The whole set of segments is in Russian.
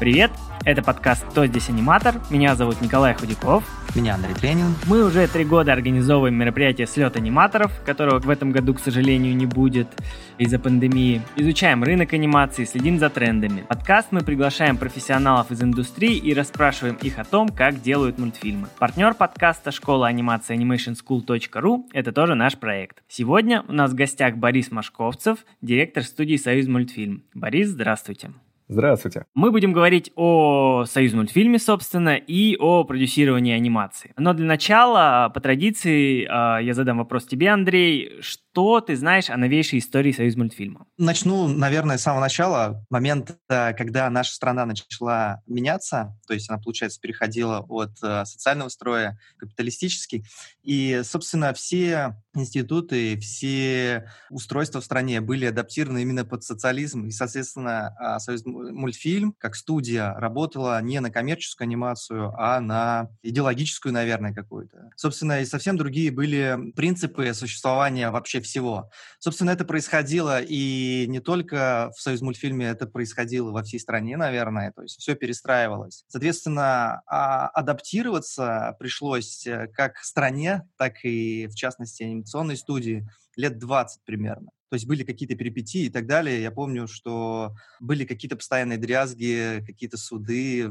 Привет, это подкаст «Кто здесь аниматор?». Меня зовут Николай Худяков. Меня Андрей Тренин. Мы уже 3 года организовываем мероприятие «Слет аниматоров», которого в этом году, к сожалению, не будет из-за пандемии. Изучаем рынок анимации, следим за трендами. В подкаст мы приглашаем профессионалов из индустрии и расспрашиваем их о том, как делают мультфильмы. Партнер подкаста «Школа анимации animationschool.ru» — это тоже наш проект. Сегодня у нас в гостях Борис Машковцев, директор студии «Союзмультфильм». Борис, здравствуйте. Здравствуйте. Мы будем говорить о «Союзмультфильме», собственно, и о продюсировании анимации. Но для начала, по традиции, я задам вопрос тебе, Андрей. Что ты знаешь о новейшей истории «Союзмультфильма»? Начну, наверное, с самого начала. Момент, когда наша страна начала меняться, то есть она, получается, переходила от социального строя к капиталистический. И, собственно, все институты, все устройства в стране были адаптированы именно под социализм. И, соответственно, «Союзмультфильм» как студия работала не на коммерческую анимацию, а на идеологическую, наверное, какую-то. Собственно, и совсем другие были принципы существования вообще всего. Собственно, это происходило и не только в «Союзмультфильме», это происходило во всей стране, наверное, то есть все перестраивалось. Соответственно, адаптироваться пришлось как стране, так и, в частности, анимационной студии лет 20 примерно. То есть были какие-то перипетии и так далее. Я помню, что были какие-то постоянные дрязги, какие-то суды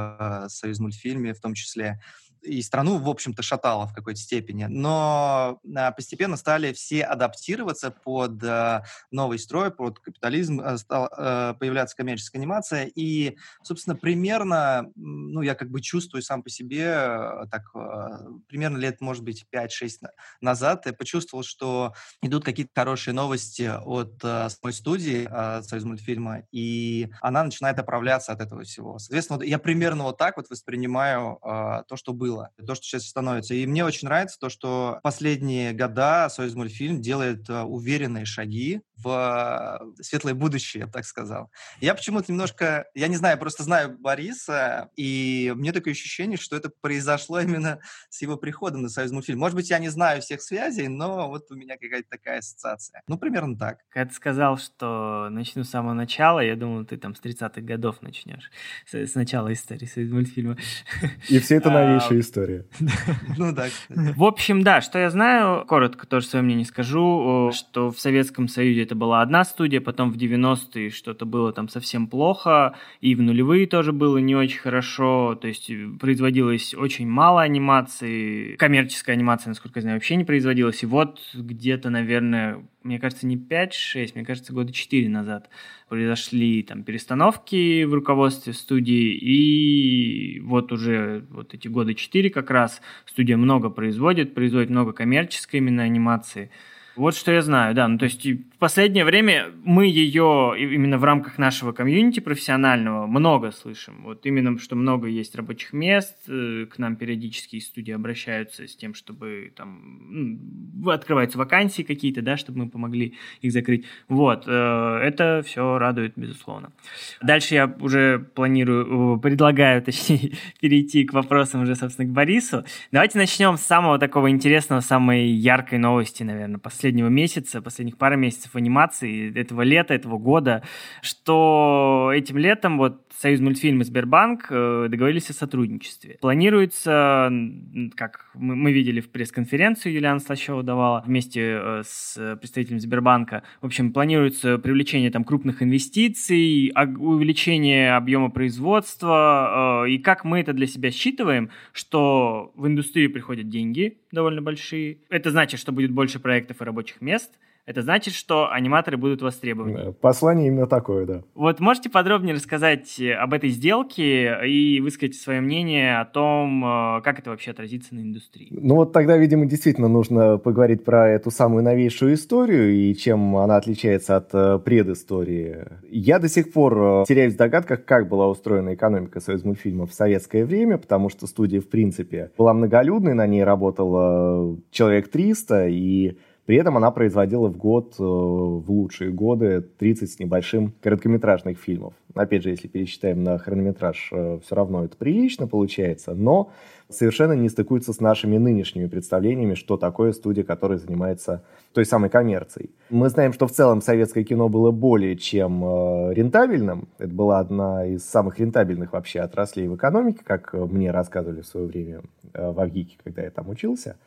в «Союзмультфильме» в том числе. И страну, в общем-то, шатало в какой-то степени. Но постепенно стали все адаптироваться под новый строй, под капитализм, стала появляться коммерческая анимация. И, собственно, примерно, я как бы чувствую сам по себе, примерно лет, может быть, 5-6 назад я почувствовал, что идут какие-то хорошие новости от самой студии «Союзмультфильма», и она начинает оправляться от этого всего. Соответственно, я примерно вот так вот воспринимаю то, что было, то, что сейчас становится. И мне очень нравится то, что последние года «Союзмультфильм» делает уверенные шаги в светлое будущее, я бы так сказал. Я почему-то немножко, я не знаю, просто знаю Бориса, и мне такое ощущение, что это произошло именно с его приходом на «Союзмультфильм». Может быть, я не знаю всех связей, но вот у меня какая-то такая ассоциация. Примерно так. Когда ты сказал, что начну с самого начала, я думал, ты там с 30-х годов начнешь. С начала истории «Союзмультфильма». И все это новейшая история. Да. В общем, да, что я знаю, коротко тоже свое мнение скажу, что в Советском Союзе это была одна студия, потом в 90-е что-то было там совсем плохо, и в нулевые тоже было не очень хорошо, то есть производилось очень мало анимации, коммерческая анимация, насколько я знаю, вообще не производилась, и вот где-то, наверное, мне кажется, не 5-6, мне кажется, года 4 назад произошли там перестановки в руководстве студии, и вот уже вот эти года 4 как раз студия много производит много коммерческой именно анимации. Вот что я знаю, да. То есть в последнее время мы ее именно в рамках нашего комьюнити профессионального много слышим. Вот именно, что много есть рабочих мест, к нам периодически из студии обращаются с тем, чтобы там открываются вакансии какие-то, да, чтобы мы помогли их закрыть. Вот, это все радует, безусловно. Дальше я уже предлагаю, точнее, перейти к вопросам уже, собственно, к Борису. Давайте начнем с самого такого интересного, самой яркой новости, наверное, последних пары месяцев анимации этого лета, этого года, что этим летом вот «Союзмультфильм» и Сбербанк договорились о сотрудничестве. Планируется, как мы видели в пресс-конференцию, Юлиана Слащева давала вместе с представителем Сбербанка, в общем, планируется привлечение там крупных инвестиций, увеличение объема производства, и как мы это для себя считываем, что в индустрию приходят деньги довольно большие. Это значит, что будет больше проектов и рабочих мест. Это значит, что аниматоры будут востребованы. Послание именно такое, да. Вот можете подробнее рассказать об этой сделке и высказать свое мнение о том, как это вообще отразится на индустрии? Вот тогда, видимо, действительно нужно поговорить про эту самую новейшую историю и чем она отличается от предыстории. Я до сих пор теряюсь в догадках, как была устроена экономика «Союзмультфильма» в советское время, потому что студия, в принципе, была многолюдной, на ней работало человек 300, и при этом она производила в год, в лучшие годы, 30 с небольшим короткометражных фильмов. Опять же, если пересчитаем на хронометраж, все равно это прилично получается. Но совершенно не стыкуется с нашими нынешними представлениями, что такое студия, которая занимается той самой коммерцией. Мы знаем, что в целом советское кино было более чем рентабельным. Это была одна из самых рентабельных вообще отраслей в экономике, как мне рассказывали в свое время в Авгике, когда я там учился.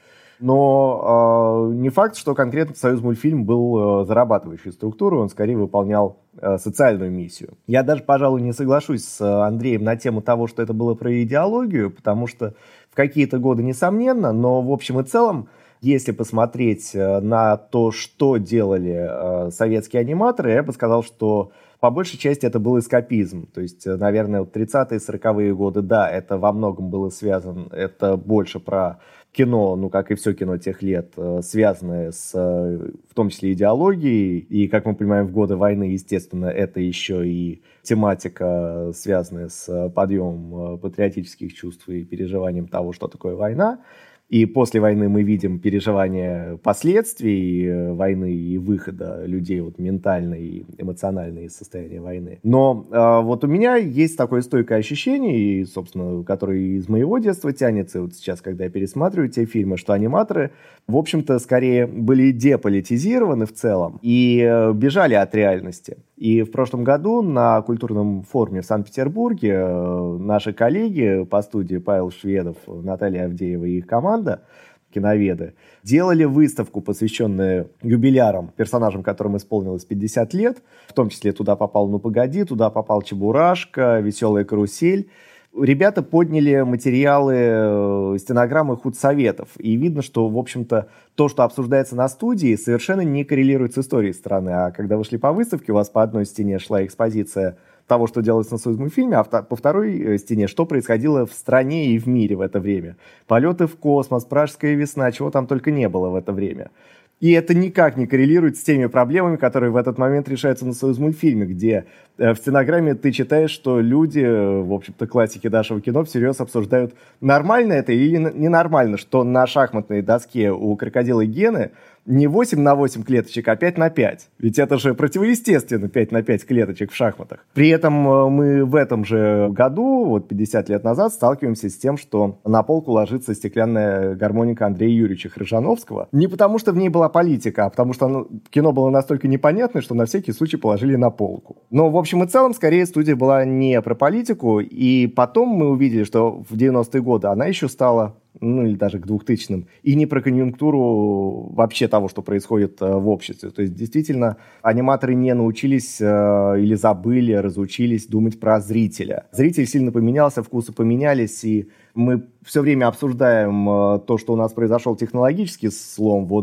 Но не факт, что конкретно Союзмультфильм был зарабатывающей структурой, он скорее выполнял социальную миссию. Я даже, пожалуй, не соглашусь с Андреем на тему того, что это было про идеологию, потому что в какие-то годы, несомненно, но в общем и целом, если посмотреть на то, что делали советские аниматоры, я бы сказал, что по большей части это был эскапизм. То есть, наверное, 30-е, 40-е годы, да, это во многом было связано, это больше про кино, ну, как и все кино тех лет, связанное с, в том числе, идеологией. И, как мы понимаем, в годы войны, естественно, это еще и тематика, связанная с подъемом патриотических чувств и переживанием того, что такое война. И после войны мы видим переживания последствий войны и выхода людей вот ментально и эмоционально из состояния войны. Но вот у меня есть такое стойкое ощущение, и, собственно, которое из моего детства тянется, вот сейчас, когда я пересматриваю те фильмы, что аниматоры, в общем-то, скорее были деполитизированы в целом и бежали от реальности. И в прошлом году на культурном форуме в Санкт-Петербурге наши коллеги по студии Павел Шведов, Наталья Авдеева и их команда, киноведы, делали выставку, посвященную юбилярам, персонажам, которым исполнилось 50 лет. В том числе туда попал «Ну погоди», туда попал «Чебурашка», «Веселая карусель». Ребята подняли материалы, стенограммы худсоветов. И видно, что, в общем-то, то, что обсуждается на студии, совершенно не коррелирует с историей страны. А когда вы шли по выставке, у вас по одной стене шла экспозиция того, что делалось на Союзмультфильме, а по второй стене, что происходило в стране и в мире в это время. Полеты в космос, Пражская весна, чего там только не было в это время. И это никак не коррелирует с теми проблемами, которые в этот момент решаются на Союзмультфильме, где в стенограмме ты читаешь, что люди, в общем-то, классики нашего кино всерьез обсуждают, нормально это или ненормально, что на шахматной доске у крокодила Гены не 8 на 8 клеточек, а 5 на 5. Ведь это же противоестественно 5 на 5 клеточек в шахматах. При этом мы в этом же году, вот 50 лет назад, сталкиваемся с тем, что на полку ложится стеклянная гармоника Андрея Юрьевича Хржановского. Не потому, что в ней была политика, а потому что кино было настолько непонятное, что на всякий случай положили на полку. Но, в общем и целом, скорее студия была не про политику, и потом мы увидели, что в 90-е годы она еще стала, ну или даже к 2000-м, и не про конъюнктуру вообще того, что происходит в обществе. То есть, действительно, аниматоры не научились или забыли, разучились думать про зрителя. Зритель сильно поменялся, вкусы поменялись, и мы все время обсуждаем то, что у нас произошел технологический слом. Вот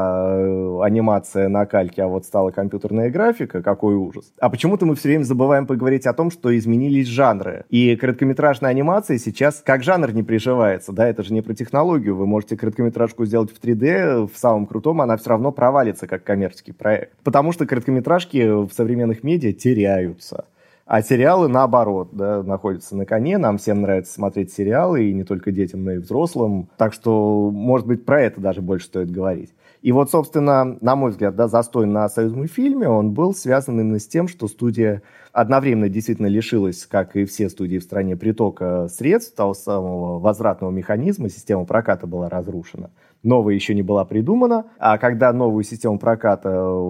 была анимация на кальке, а вот стала компьютерная графика. Какой ужас. А почему-то мы все время забываем поговорить о том, что изменились жанры. И короткометражная анимация сейчас как жанр не приживается. Да, это же не про технологию. Вы можете короткометражку сделать в 3D, в самом крутом, она все равно провалится как коммерческий проект. Потому что короткометражки в современных медиа теряются. А сериалы, наоборот, да, находятся на коне. Нам всем нравится смотреть сериалы, и не только детям, но и взрослым. Так что, может быть, про это даже больше стоит говорить. И вот, собственно, на мой взгляд, да, застой на Союзмультфильме, он был связан именно с тем, что студия одновременно действительно лишилась, как и все студии в стране, притока средств, того самого возвратного механизма, система проката была разрушена. Новая еще не была придумана, а когда новую систему проката,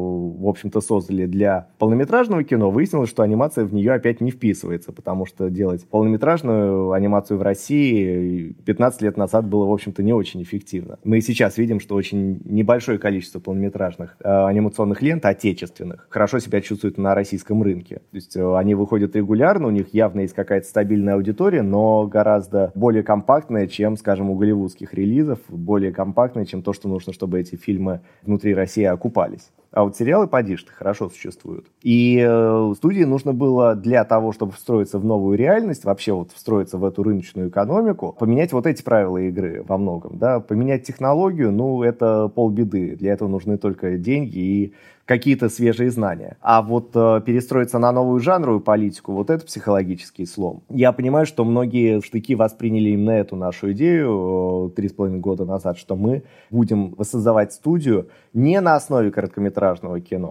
в общем-то, создали для полнометражного кино, выяснилось, что анимация в нее опять не вписывается, потому что делать полнометражную анимацию в России 15 лет назад было, в общем-то, не очень эффективно. Мы и сейчас видим, что очень небольшое количество полнометражных анимационных лент, отечественных, хорошо себя чувствуют на российском рынке. То есть они выходят регулярно, у них явно есть какая-то стабильная аудитория, но гораздо более компактная, чем, скажем, у голливудских релизов, более компактная, чем то, что нужно, чтобы эти фильмы внутри России окупались. А вот сериалы, поди ж ты, хорошо существуют. И студии нужно было для того, чтобы встроиться в новую реальность, вообще вот встроиться в эту рыночную экономику, поменять вот эти правила игры во многом. Да? Поменять технологию, ну, это полбеды. Для этого нужны только деньги и какие-то свежие знания. А вот перестроиться на новую жанровую политику, вот это психологический слом. Я понимаю, что многие в штыки восприняли именно эту нашу идею 3,5 года назад, что мы будем воссоздавать студию не на основе короткометражного кино,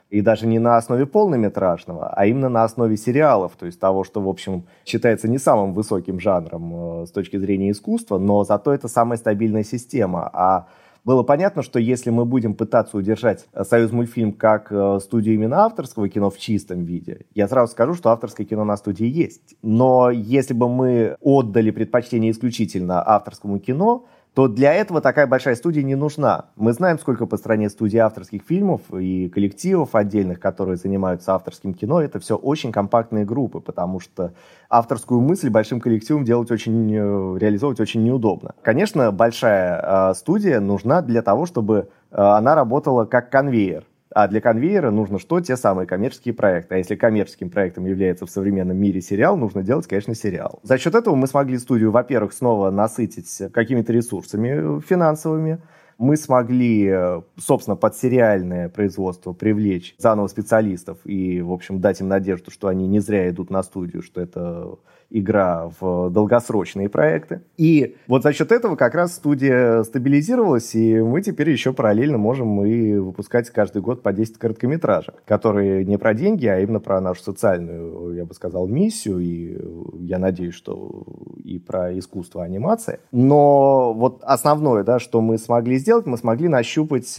И даже не на основе полнометражного, а именно на основе сериалов, то есть того, что, в общем, считается не самым высоким жанром с точки зрения искусства, но зато это самая стабильная система. А было понятно, что если мы будем пытаться удержать «Союзмультфильм» как студию именно авторского кино в чистом виде, я сразу скажу, что авторское кино на студии есть. Но если бы мы отдали предпочтение исключительно авторскому кино, то для этого такая большая студия не нужна. Мы знаем, сколько по стране студий авторских фильмов и коллективов отдельных, которые занимаются авторским кино. Это все очень компактные группы, потому что авторскую мысль большим коллективом реализовывать очень неудобно. Конечно, большая студия нужна для того, чтобы она работала как конвейер. А для конвейера нужно что? Те самые коммерческие проекты. А если коммерческим проектом является в современном мире сериал, нужно делать, конечно, сериал. За счет этого мы смогли студию, во-первых, снова насытить какими-то ресурсами финансовыми. Мы смогли, собственно, под сериальное производство привлечь заново специалистов и, в общем, дать им надежду, что они не зря идут на студию, что это игра в долгосрочные проекты. И вот за счет этого как раз студия стабилизировалась, и мы теперь еще параллельно можем и выпускать каждый год по 10 короткометражек, которые не про деньги, а именно про нашу социальную, я бы сказал, миссию, и я надеюсь, что и про искусство анимации. Но вот основное, да, что мы смогли сделать, мы смогли нащупать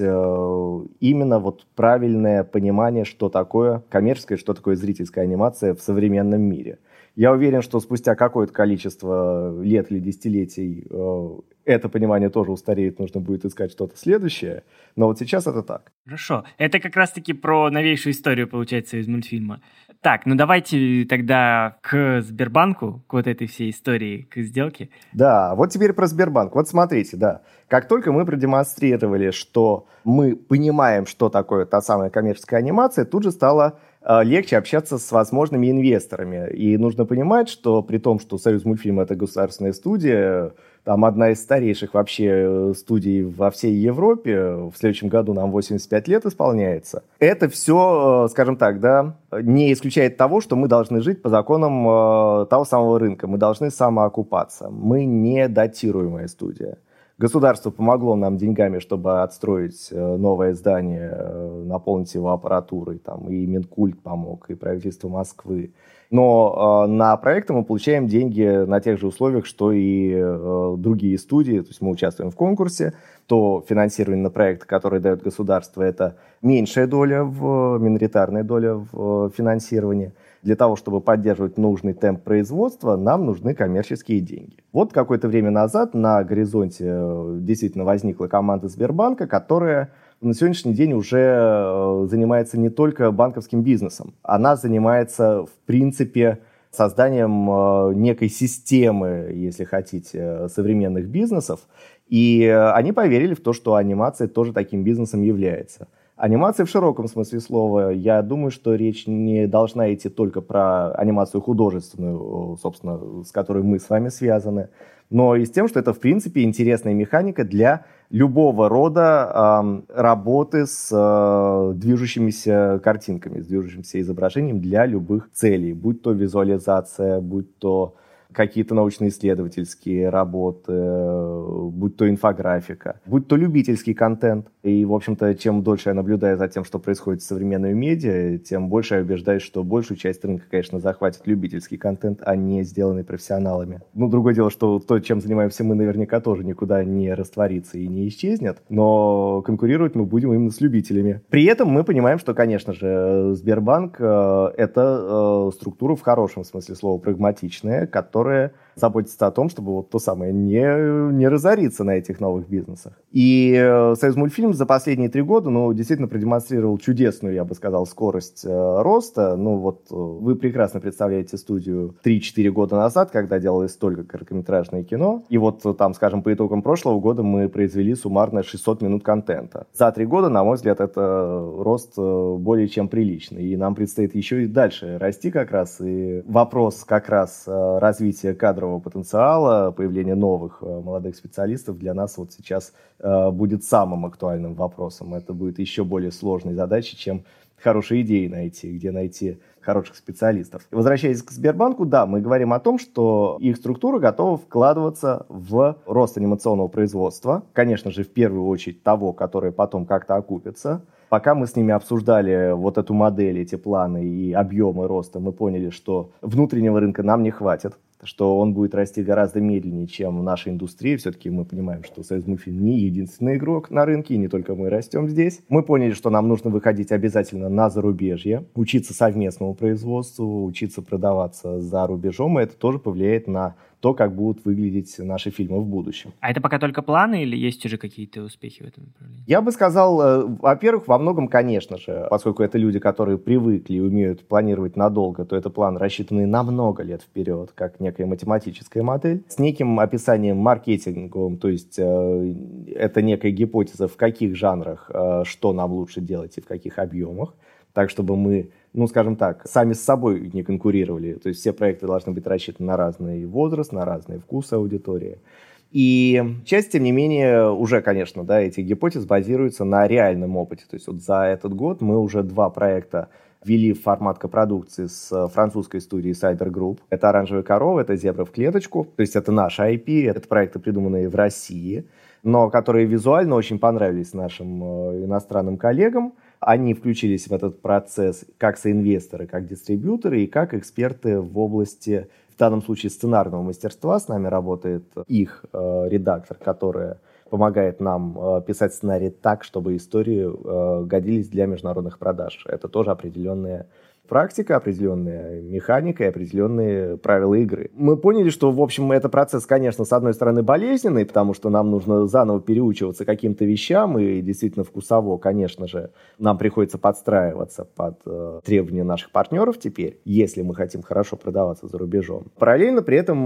именно вот правильное понимание, что такое коммерческая, что такое зрительская анимация в современном мире. Я уверен, что спустя какое-то количество лет или десятилетий это понимание тоже устареет, нужно будет искать что-то следующее, но вот сейчас это так. Хорошо. Это как раз-таки про новейшую историю, получается, из мультфильма. Так, ну давайте тогда к Сбербанку, к вот этой всей истории, к сделке. Да, вот теперь про Сбербанк. Вот смотрите, да. Как только мы продемонстрировали, что мы понимаем, что такое та самая коммерческая анимация, тут же стало легче общаться с возможными инвесторами. И нужно понимать, что при том, что «Союзмультфильм» — это государственная студия, там одна из старейших вообще студий во всей Европе, в следующем году нам 85 лет исполняется. Это все, скажем так, да, не исключает того, что мы должны жить по законам того самого рынка, мы должны самоокупаться. Мы не датируемая студия. Государство помогло нам деньгами, чтобы отстроить новое здание, наполнить его аппаратурой, там, и Минкульт помог, и правительство Москвы. Но на проекты мы получаем деньги на тех же условиях, что и другие студии. То есть мы участвуем в конкурсе, то финансирование на проекты, которые дает государство, это меньшая доля, миноритарная доля в финансировании. Для того, чтобы поддерживать нужный темп производства, нам нужны коммерческие деньги. Вот какое-то время назад на горизонте действительно возникла команда Сбербанка, которая на сегодняшний день уже занимается не только банковским бизнесом. Она занимается, в принципе, созданием некой системы, если хотите, современных бизнесов. И они поверили в то, что анимация тоже таким бизнесом является. Анимация в широком смысле слова. Я думаю, что речь не должна идти только про анимацию художественную, собственно, с которой мы с вами связаны, но и с тем, что это, в принципе, интересная механика для любого рода работы с движущимися картинками, с движущимся изображением для любых целей, будь то визуализация, будь то какие-то научно-исследовательские работы, будь то инфографика, будь то любительский контент. И, в общем-то, чем дольше я наблюдаю за тем, что происходит в современной медиа, тем больше я убеждаюсь, что большую часть рынка, конечно, захватит любительский контент, а не сделанный профессионалами. Ну, другое дело, что то, чем занимаемся мы, наверняка тоже никуда не растворится и не исчезнет, но конкурировать мы будем именно с любителями. При этом мы понимаем, что, конечно же, Сбербанк — это структура в хорошем смысле слова прагматичная, которая заботится о том, чтобы вот то самое не разориться на этих новых бизнесах. И «Союзмультфильм» за последние 3 года, действительно продемонстрировал чудесную, я бы сказал, скорость роста. Вы прекрасно представляете студию 3-4 года назад, когда делалось только короткометражное кино. И вот там, скажем, по итогам прошлого года мы произвели суммарно 600 минут контента. За 3 года, на мой взгляд, это рост более чем приличный. И нам предстоит еще и дальше расти как раз. И вопрос как раз развития кадрового потенциала, появления новых молодых специалистов для нас вот сейчас будет самым актуальным вопросом. Это будет еще более сложной задачей, чем хорошие идеи найти, где найти хороших специалистов. Возвращаясь к Сбербанку, да, мы говорим о том, что их структура готова вкладываться в рост анимационного производства. Конечно же, в первую очередь того, которое потом как-то окупится. Пока мы с ними обсуждали вот эту модель, эти планы и объемы роста, мы поняли, что внутреннего рынка нам не хватит, что он будет расти гораздо медленнее, чем наша индустрия. Все-таки мы понимаем, что Союзмультфильм не единственный игрок на рынке, и не только мы растем здесь. Мы поняли, что нам нужно выходить обязательно на зарубежье, учиться совместному производству, учиться продаваться за рубежом, и это тоже повлияет на то, как будут выглядеть наши фильмы в будущем. А это пока только планы или есть уже какие-то успехи в этом направлении? Я бы сказал, во-первых, во многом, конечно же, поскольку это люди, которые привыкли и умеют планировать надолго, то это план, рассчитанный на много лет вперед, как некая математическая модель, с неким описанием маркетинговым, то есть это некая гипотеза, в каких жанрах что нам лучше делать и в каких объемах, так, чтобы мы, скажем так, сами с собой не конкурировали. То есть все проекты должны быть рассчитаны на разный возраст, на разные вкусы аудитории. И часть, тем не менее, уже, конечно, эти гипотезы базируются на реальном опыте. То есть вот за этот год мы уже 2 проекта ввели в формат копродукции с французской студией Cyber Group. Это «Оранжевая корова», это «Зебра в клеточку». То есть это наши IP, это проекты, придуманные в России, но которые визуально очень понравились нашим иностранным коллегам. Они включились в этот процесс как соинвесторы, как дистрибьюторы и как эксперты в области, в данном случае, сценарного мастерства. С нами работает их редактор, который помогает нам писать сценарий так, чтобы истории годились для международных продаж. Это тоже определенная практика, определенная механика и определенные правила игры. Мы поняли, что, в общем, это процесс, конечно, с одной стороны болезненный, потому что нам нужно заново переучиваться каким-то вещам, и действительно вкусово, конечно же, нам приходится подстраиваться под требования наших партнеров теперь, если мы хотим хорошо продаваться за рубежом. Параллельно при этом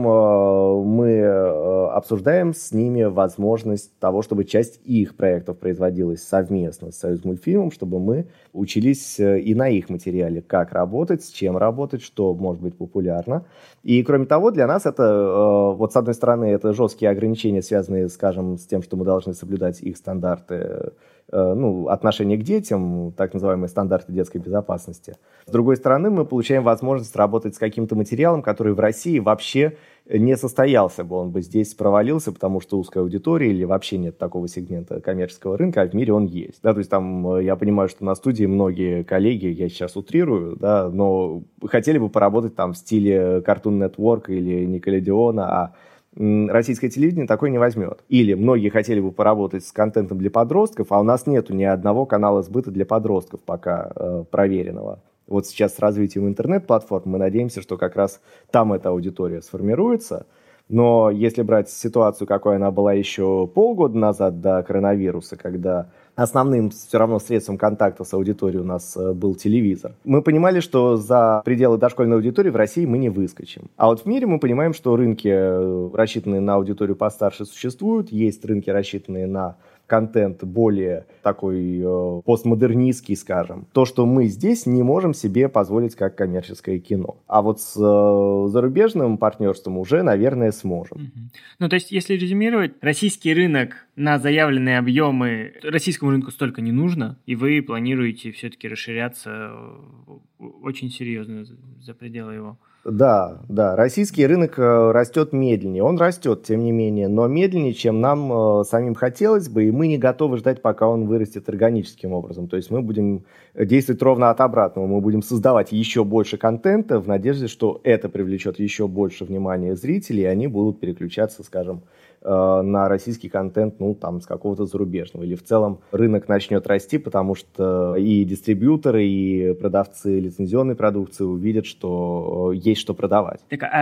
мы обсуждаем с ними возможность того, чтобы часть их проектов производилась совместно с Союзмультфильмом, чтобы мы учились и на их материале, как работать, с чем работать, что может быть популярно. И, кроме того, для нас это, вот с одной стороны, это жесткие ограничения, связанные, скажем, с тем, что мы должны соблюдать их стандарты, отношения к детям, так называемые стандарты детской безопасности. С другой стороны, мы получаем возможность работать с каким-то материалом, который в России вообще не состоялся бы, он бы здесь провалился, потому что узкая аудитория или вообще нет такого сегмента коммерческого рынка, а в мире он есть. То есть там я понимаю, что на студии многие коллеги, я сейчас утрирую, но хотели бы поработать там в стиле Cartoon Network или Nickelodeon, а российское телевидение такое не возьмет. Или многие хотели бы поработать с контентом для подростков, а у нас нету ни одного канала сбыта для подростков пока проверенного. Вот сейчас с развитием интернет-платформ мы надеемся, что как раз там эта аудитория сформируется. Но если брать ситуацию, какой она была еще полгода назад до коронавируса, когда основным все равно средством контакта с аудиторией у нас был телевизор, мы понимали, что за пределы дошкольной аудитории в России мы не выскочим. А вот в мире мы понимаем, что рынки, рассчитанные на аудиторию постарше, существуют. Есть рынки, рассчитанные на контент более такой постмодернистский, скажем. То, что мы здесь не можем себе позволить как коммерческое кино. А вот с зарубежным партнерством уже, наверное, сможем. То есть, если резюмировать, российский рынок на заявленные объемы, российскому рынку столько не нужно, и вы планируете все-таки расширяться очень серьезно за пределы его. Да, российский рынок растет медленнее, он растет, тем не менее, но медленнее, чем нам самим хотелось бы, и мы не готовы ждать, пока он вырастет органическим образом. То есть мы будем действовать ровно от обратного, мы будем создавать еще больше контента в надежде, что это привлечет еще больше внимания зрителей, и они будут переключаться, скажем, на российский контент, с какого-то зарубежного. Или в целом рынок начнет расти, потому что и дистрибьюторы, и продавцы лицензионной продукции увидят, что есть что продавать.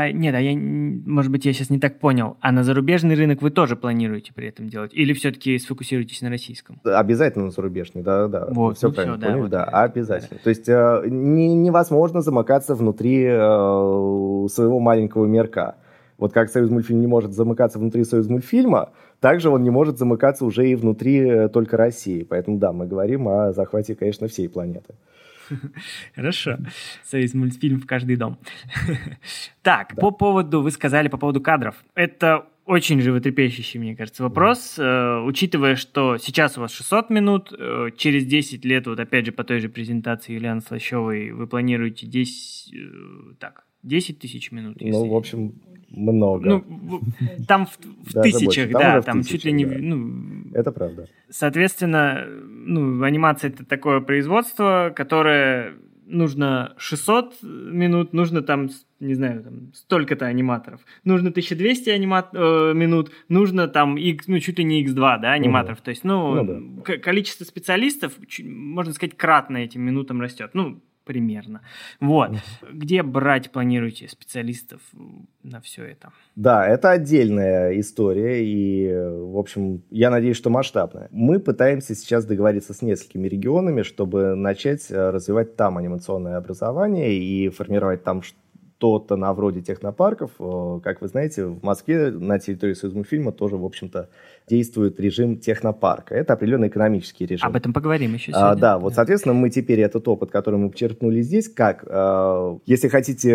Может быть, я сейчас не так понял. А на зарубежный рынок вы тоже планируете при этом делать? Или все-таки сфокусируетесь на российском? Обязательно на зарубежный, да. Вот, все правильно поняли, да, обязательно. Да. То есть невозможно замыкаться внутри своего маленького мирка. Вот как Союзмультфильм не может замыкаться внутри Союзмультфильма, также он не может замыкаться уже и внутри только России. Поэтому, мы говорим о захвате, конечно, всей планеты. Хорошо. Союзмультфильм в каждый дом. Так, вы сказали по поводу кадров. Это очень животрепещущий, мне кажется, вопрос. Учитывая, что сейчас у вас 600 минут, через 10 лет, вот опять же по той же презентации Юлианы Слащевой, вы планируете 10 тысяч минут. В общем, Много. Ну, там в тысячах, да, там чуть ли не... Да. Ну, это правда. Соответственно, ну, анимация — это такое производство, которое нужно 600 минут, нужно там, не знаю, там столько-то аниматоров, нужно 1200 минут, нужно там ну, чуть ли не x2, да, аниматоров. То есть, количество специалистов, можно сказать, кратно этим минутам растет. Ну, примерно. Вот. Где брать планируете специалистов на все это? Да, это отдельная история, и, в общем, я надеюсь, что масштабная. Мы пытаемся сейчас договориться с несколькими регионами, чтобы начать развивать там анимационное образование и формировать там что-то на вроде технопарков. Как вы знаете, в Москве на территории Союзмультфильма тоже, в общем-то, действует режим технопарка. Это определенный экономический режим. Об этом поговорим еще сегодня. Да, вот, соответственно, мы теперь этот опыт, который мы почерпнули здесь, как, если хотите,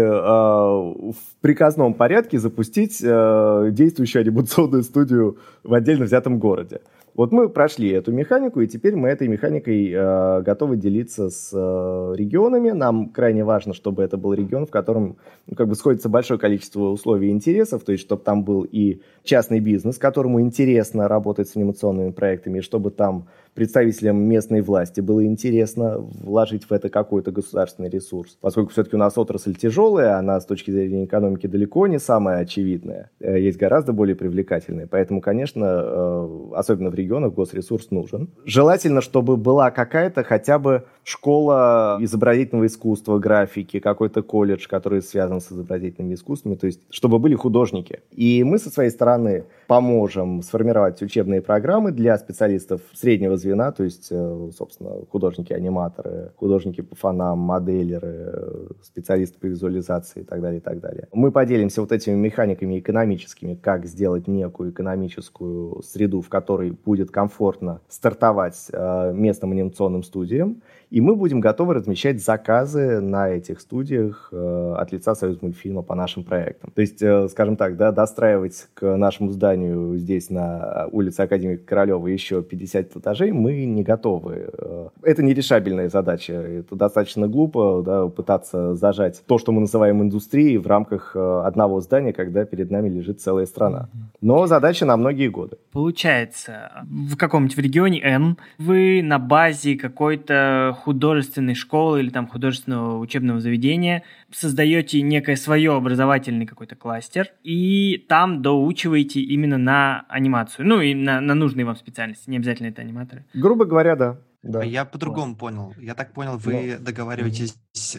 в приказном порядке запустить действующую анимационную студию в отдельно взятом городе. Вот мы прошли эту механику, и теперь мы этой механикой готовы делиться с регионами. Нам крайне важно, чтобы это был регион, в котором сходится большое количество условий и интересов, то есть чтобы там был и частный бизнес, которому интересно работать с анимационными проектами, и чтобы там представителям местной власти было интересно вложить в это какой-то государственный ресурс. Поскольку все-таки у нас отрасль тяжелая, она с точки зрения экономики далеко не самая очевидная. Есть гораздо более привлекательные. Поэтому, конечно, особенно в регионах госресурс нужен. Желательно, чтобы была какая-то хотя бы школа изобразительного искусства, графики, какой-то колледж, который связан с изобразительными искусствами, то есть чтобы были художники. И мы со своей стороны поможем сформировать учебные программы для специалистов среднего звена, то есть, собственно, художники-аниматоры, художники по фонам, моделеры, специалисты по визуализации и так далее, и так далее. Мы поделимся вот этими механиками экономическими, как сделать некую экономическую среду, в которой будет комфортно стартовать местным анимационным студиям, и мы будем готовы размещать заказы на этих студиях от лица Союзмультфильма по нашим проектам. То есть, скажем так, да, достраивать к нашему зданию здесь на улице Академика Королева еще 50 этажей мы не готовы. Это нерешабельная задача. Это достаточно глупо, да, пытаться зажать то, что мы называем индустрией, в рамках одного здания, когда перед нами лежит целая страна. Но задача на многие годы. Получается, в каком-нибудь в регионе N вы на базе какой-то художественной школы или там художественного учебного заведения создаете некое свое образовательный какой-то кластер и там доучиваете именно на анимацию, ну и на нужные вам специальности, не обязательно это аниматоры. Грубо говоря, да. Да. Я по-другому понял. Я так понял, вы договариваетесь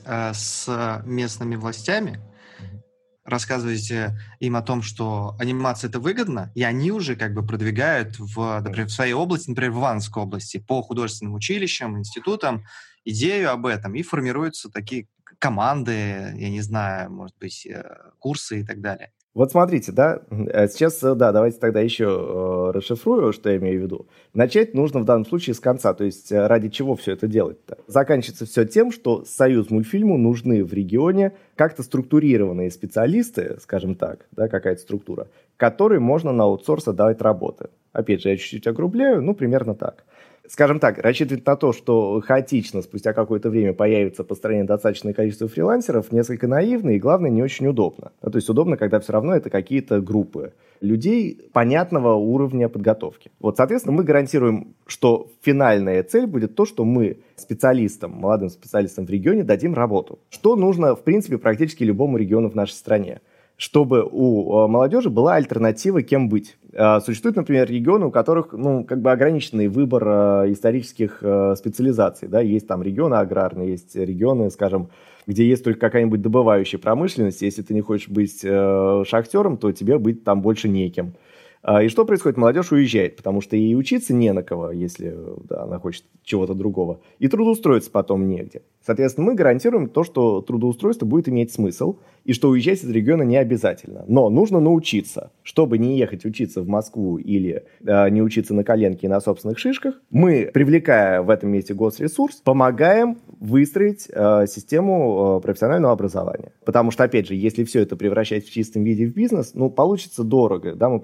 с местными властями, рассказываете им о том, что анимация это выгодно, и они уже как бы продвигают например, в своей области, например, в Ивановской области, по художественным училищам, институтам идею об этом, и формируются такие команды, я не знаю, может быть, курсы и так далее. Вот смотрите, да, сейчас, да, давайте тогда еще расшифрую, что я имею в виду. Начать нужно в данном случае с конца, то есть ради чего все это делать-то? Заканчивается все тем, что Союзмультфильму нужны в регионе как-то структурированные специалисты, скажем так, да, какая-то структура, которой можно на аутсорс отдавать работы. Опять же, я чуть-чуть огрубляю, ну, примерно так. Скажем так, рассчитывать на то, что хаотично спустя какое-то время появится по стране достаточное количество фрилансеров, несколько наивно и, главное, не очень удобно. То есть удобно, когда все равно это какие-то группы людей понятного уровня подготовки. Вот, соответственно, мы гарантируем, что финальная цель будет то, что мы специалистам, молодым специалистам в регионе дадим работу. Что нужно, в принципе, практически любому региону в нашей стране. Чтобы у молодежи была альтернатива, кем быть. Существуют, например, регионы, у которых ограниченный выбор исторических специализаций. Да? Есть там регионы аграрные, есть регионы, скажем, где есть только какая-нибудь добывающая промышленность. Если ты не хочешь быть шахтером, то тебе быть там больше некем. И что происходит? Молодежь уезжает, потому что ей учиться не на кого, если она хочет чего-то другого. И трудоустроиться потом негде. Соответственно, мы гарантируем то, что трудоустройство будет иметь смысл, и что уезжать из региона не обязательно. Но нужно научиться. Чтобы не ехать учиться в Москву или не учиться на коленке и на собственных шишках, мы, привлекая в этом месте госресурс, помогаем выстроить систему профессионального образования. Потому что, опять же, если все это превращать в чистом виде в бизнес, получится дорого. Да, мы прекрасно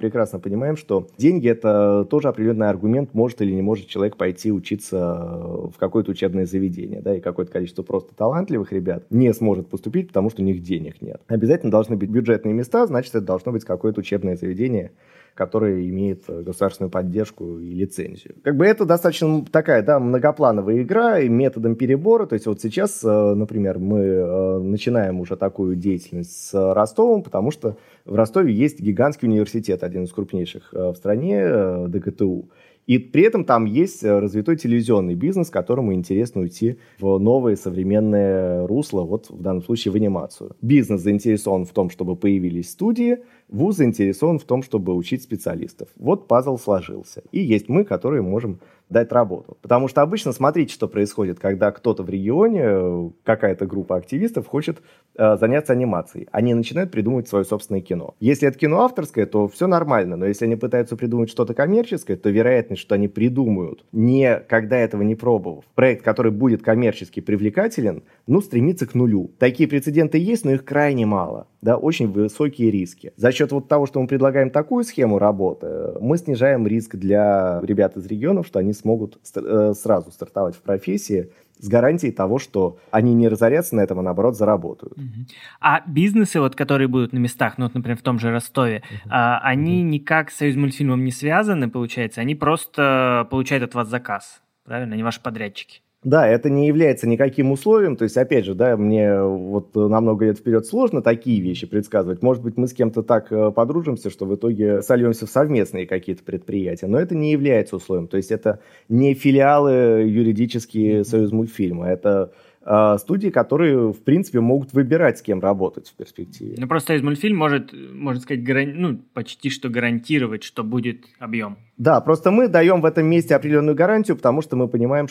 понимаем, что деньги – это тоже определенный аргумент, может или не может человек пойти учиться в какое-то учебное заведение, да, и какое-то количество просто талантливых ребят не сможет поступить, потому что у них денег нет. Обязательно должны быть бюджетные места, значит, это должно быть какое-то учебное заведение, которая имеет государственную поддержку и лицензию. Как бы это достаточно такая, да, многоплановая игра и методом перебора. То есть вот сейчас, например, мы начинаем уже такую деятельность с Ростовом, потому что в Ростове есть гигантский университет, один из крупнейших в стране, ДГТУ. И при этом там есть развитой телевизионный бизнес, которому интересно уйти в новое современное русло, вот в данном случае в анимацию. Бизнес заинтересован в том, чтобы появились студии, вуз заинтересован в том, чтобы учить специалистов. Вот пазл сложился. И есть мы, которые можем дать работу. Потому что обычно, смотрите, что происходит, когда кто-то в регионе, какая-то группа активистов хочет заняться анимацией. Они начинают придумывать свое собственное кино. Если это кино авторское, то все нормально, но если они пытаются придумать что-то коммерческое, то вероятность, что они придумают, никогда этого не пробовав, проект, который будет коммерчески привлекателен, стремится к нулю. Такие прецеденты есть, но их крайне мало. Да, очень высокие риски. За счет вот того, что мы предлагаем такую схему работы, мы снижаем риск для ребят из регионов, что они смогут сразу стартовать в профессии с гарантией того, что они не разорятся на этом, а наоборот заработают. А бизнесы, вот, которые будут на местах, например, в том же Ростове, они никак с Союзмультфильмом не связаны, получается? Они просто получают от вас заказ, правильно? Они ваши подрядчики. Да, это не является никаким условием, то есть, опять же, да, мне вот на много лет вперед сложно такие вещи предсказывать. Может быть, мы с кем-то так подружимся, что в итоге сольемся в совместные какие-то предприятия, но это не является условием, то есть это не филиалы юридические Союзмультфильма, это студии, которые, в принципе, могут выбирать, с кем работать в перспективе. Просто Союзмультфильм может, можно сказать, почти что гарантировать, что будет объем. Да, просто мы даем в этом месте определенную гарантию, потому что мы понимаем,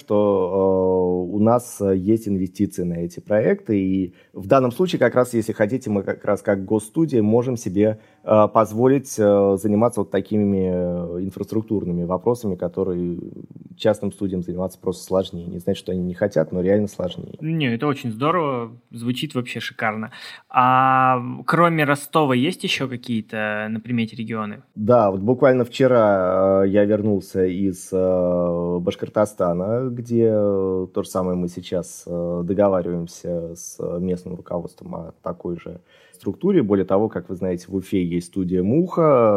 что у нас есть инвестиции на эти проекты, и в данном случае, как раз, если хотите, мы как раз как госстудия можем себе позволить заниматься вот такими инфраструктурными вопросами, которые частным студиям заниматься просто сложнее. Не значит, что они не хотят, но реально сложнее. Не, это очень здорово, звучит вообще шикарно. А кроме Ростова есть еще какие-то на примете регионы? Да, вот буквально вчера я вернулся из Башкортостана, где то же самое мы сейчас договариваемся с местным руководством о такой же структуре. Более того, как вы знаете, в Уфе есть студия «Муха»,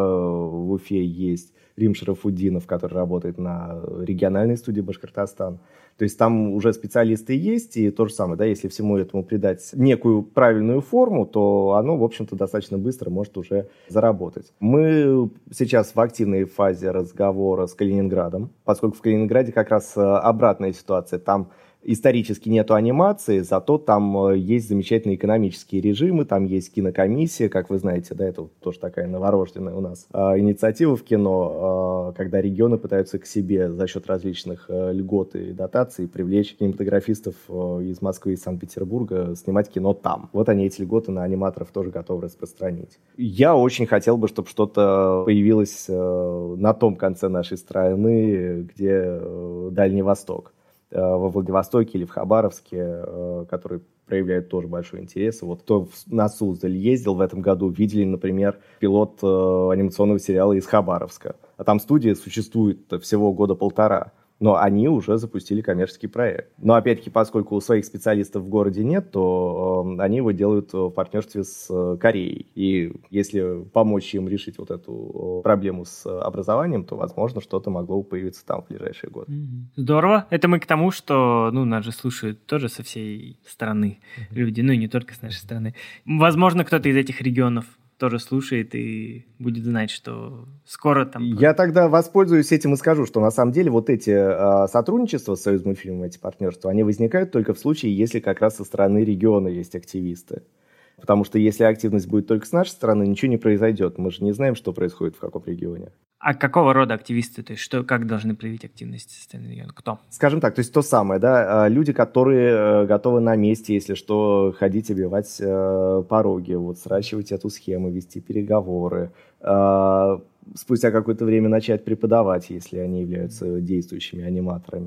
в Уфе есть Рим Шарафутдинов, который работает на региональной студии Башкортостан. То есть там уже специалисты есть, и то же самое, да, если всему этому придать некую правильную форму, то оно, в общем-то, достаточно быстро может уже заработать. Мы сейчас в активной фазе разговора с Калининградом, поскольку в Калининграде как раз обратная ситуация. Там исторически нету анимации, зато там есть замечательные экономические режимы, там есть кинокомиссия, как вы знаете, да, это тоже такая новорожденная у нас инициатива в кино, когда регионы пытаются к себе за счет различных льгот и дотаций привлечь кинематографистов из Москвы и Санкт-Петербурга снимать кино там. Вот они эти льготы на аниматоров тоже готовы распространить. Я очень хотел бы, чтобы что-то появилось на том конце нашей страны, где Дальний Восток. Во Владивостоке или в Хабаровске, которые проявляют тоже большой интерес. Вот кто на Суздаль ездил в этом году, видели, например, пилот анимационного сериала из Хабаровска. А там студия существует всего года полтора. Но они уже запустили коммерческий проект. Но опять-таки, поскольку у своих специалистов в городе нет, то они его делают в партнерстве с Кореей. И если помочь им решить вот эту проблему с образованием, то, возможно, что-то могло появиться там в ближайшие годы. Здорово. Это мы к тому, что нас же слушают тоже со всей страны люди, и не только с нашей страны. Возможно, кто-то из этих регионов тоже слушает и будет знать, что скоро там... Я тогда воспользуюсь этим и скажу, что на самом деле вот эти сотрудничества с Союзмультфильмом, эти партнерства, они возникают только в случае, если как раз со стороны региона есть активисты. Потому что если активность будет только с нашей стороны, ничего не произойдет. Мы же не знаем, что происходит в каком регионе. А какого рода активисты? То есть как должны проявить активность со стороны региона? Кто? Скажем так, то есть то самое, да, люди, которые готовы на месте, если что, ходить, обивать пороги, вот, сращивать эту схему, вести переговоры, спустя какое-то время начать преподавать, если они являются действующими аниматорами.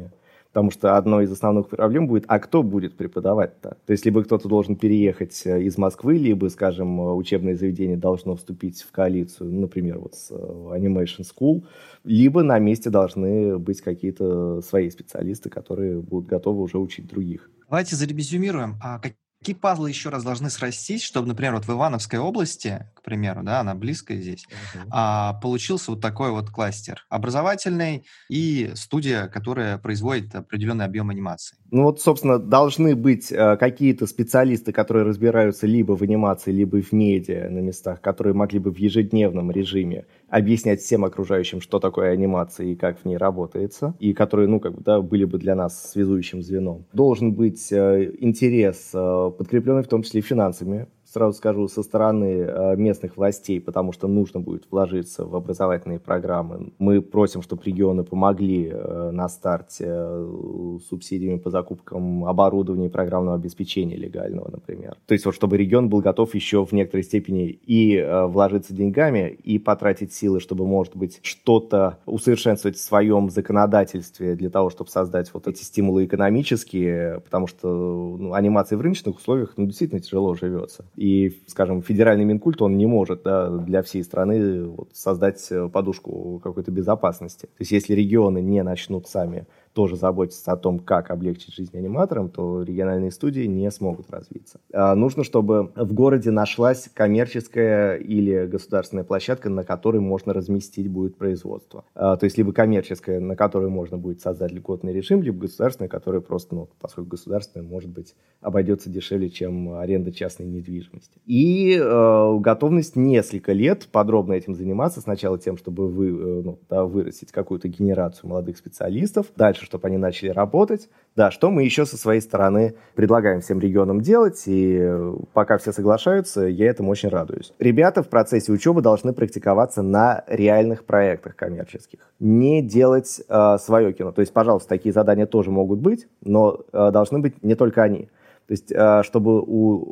Потому что одной из основных проблем будет, а кто будет преподавать-то? То есть либо кто-то должен переехать из Москвы, либо, скажем, учебное заведение должно вступить в коалицию, например, вот с Animation School, либо на месте должны быть какие-то свои специалисты, которые будут готовы уже учить других. Давайте зарезюмируем. Какие пазлы еще раз должны срастись, чтобы, например, вот в Ивановской области, к примеру, да, она близкая здесь, получился вот такой вот кластер образовательный и студия, которая производит определенный объем анимации? Ну вот, собственно, должны быть какие-то специалисты, которые разбираются либо в анимации, либо в медиа на местах, которые могли бы в ежедневном режиме объяснять всем окружающим, что такое анимация и как в ней работается, и которые, были бы для нас связующим звеном. Должен быть интерес, подкрепленный в том числе и финансами, сразу скажу, со стороны местных властей, потому что нужно будет вложиться в образовательные программы. Мы просим, чтобы регионы помогли на старте субсидиями по закупкам оборудования и программного обеспечения легального, например. То есть вот чтобы регион был готов еще в некоторой степени и вложиться деньгами, и потратить силы, чтобы, может быть, что-то усовершенствовать в своем законодательстве для того, чтобы создать вот эти стимулы экономические, потому что анимация в рыночных условиях действительно тяжело живется. И, скажем, федеральный Минкульт, он не может для всей страны создать подушку какой-то безопасности. То есть если регионы не начнут сами тоже заботиться о том, как облегчить жизнь аниматорам, то региональные студии не смогут развиться. Нужно, чтобы в городе нашлась коммерческая или государственная площадка, на которой можно разместить будет производство. То есть либо коммерческая, на которой можно будет создать льготный режим, либо государственная, которая просто, поскольку государственная, может быть, обойдется дешевле, чем аренда частной недвижимости. И готовность несколько лет подробно этим заниматься. Сначала тем, чтобы вырастить какую-то генерацию молодых специалистов, дальше, чтобы они начали работать. Да, что мы еще со своей стороны предлагаем всем регионам делать, и пока все соглашаются, я этому очень радуюсь. Ребята в процессе учебы должны практиковаться на реальных проектах коммерческих. Не делать свое кино. То есть, пожалуйста, такие задания тоже могут быть, но должны быть не только они. То есть, чтобы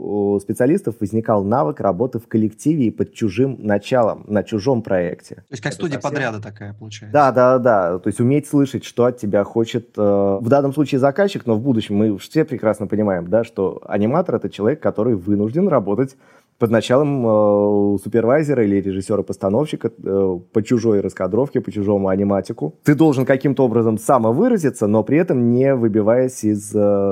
у специалистов возникал навык работы в коллективе и под чужим началом, на чужом проекте. То есть, как студия подряда такая получается. Да. То есть, уметь слышать, что от тебя хочет, в данном случае заказчик, но в будущем мы все прекрасно понимаем, да, что аниматор — это человек, который вынужден работать под началом супервайзера или режиссера-постановщика по чужой раскадровке, по чужому аниматику. Ты должен каким-то образом самовыразиться, но при этом не выбиваясь из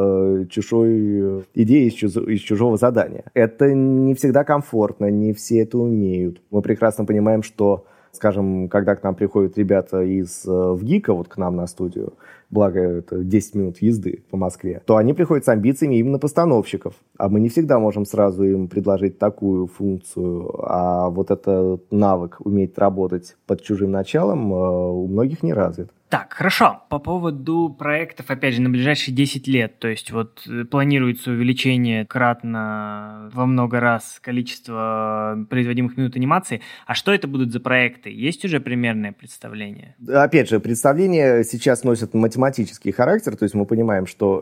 чужой идеи, из чужого задания. Это не всегда комфортно, не все это умеют. Мы прекрасно понимаем, что, скажем, когда к нам приходят ребята из ВГИКа, вот к нам на студию, благо это 10 минут езды по Москве, то они приходят с амбициями именно постановщиков. А мы не всегда можем сразу им предложить такую функцию, а вот этот навык уметь работать под чужим началом у многих не развит. Так, хорошо. По поводу проектов, опять же, на ближайшие 10 лет, то есть вот планируется увеличение кратно во много раз количества производимых минут анимации. А что это будут за проекты? Есть уже примерное представление? Опять же, представление сейчас носит математический характер, то есть мы понимаем, что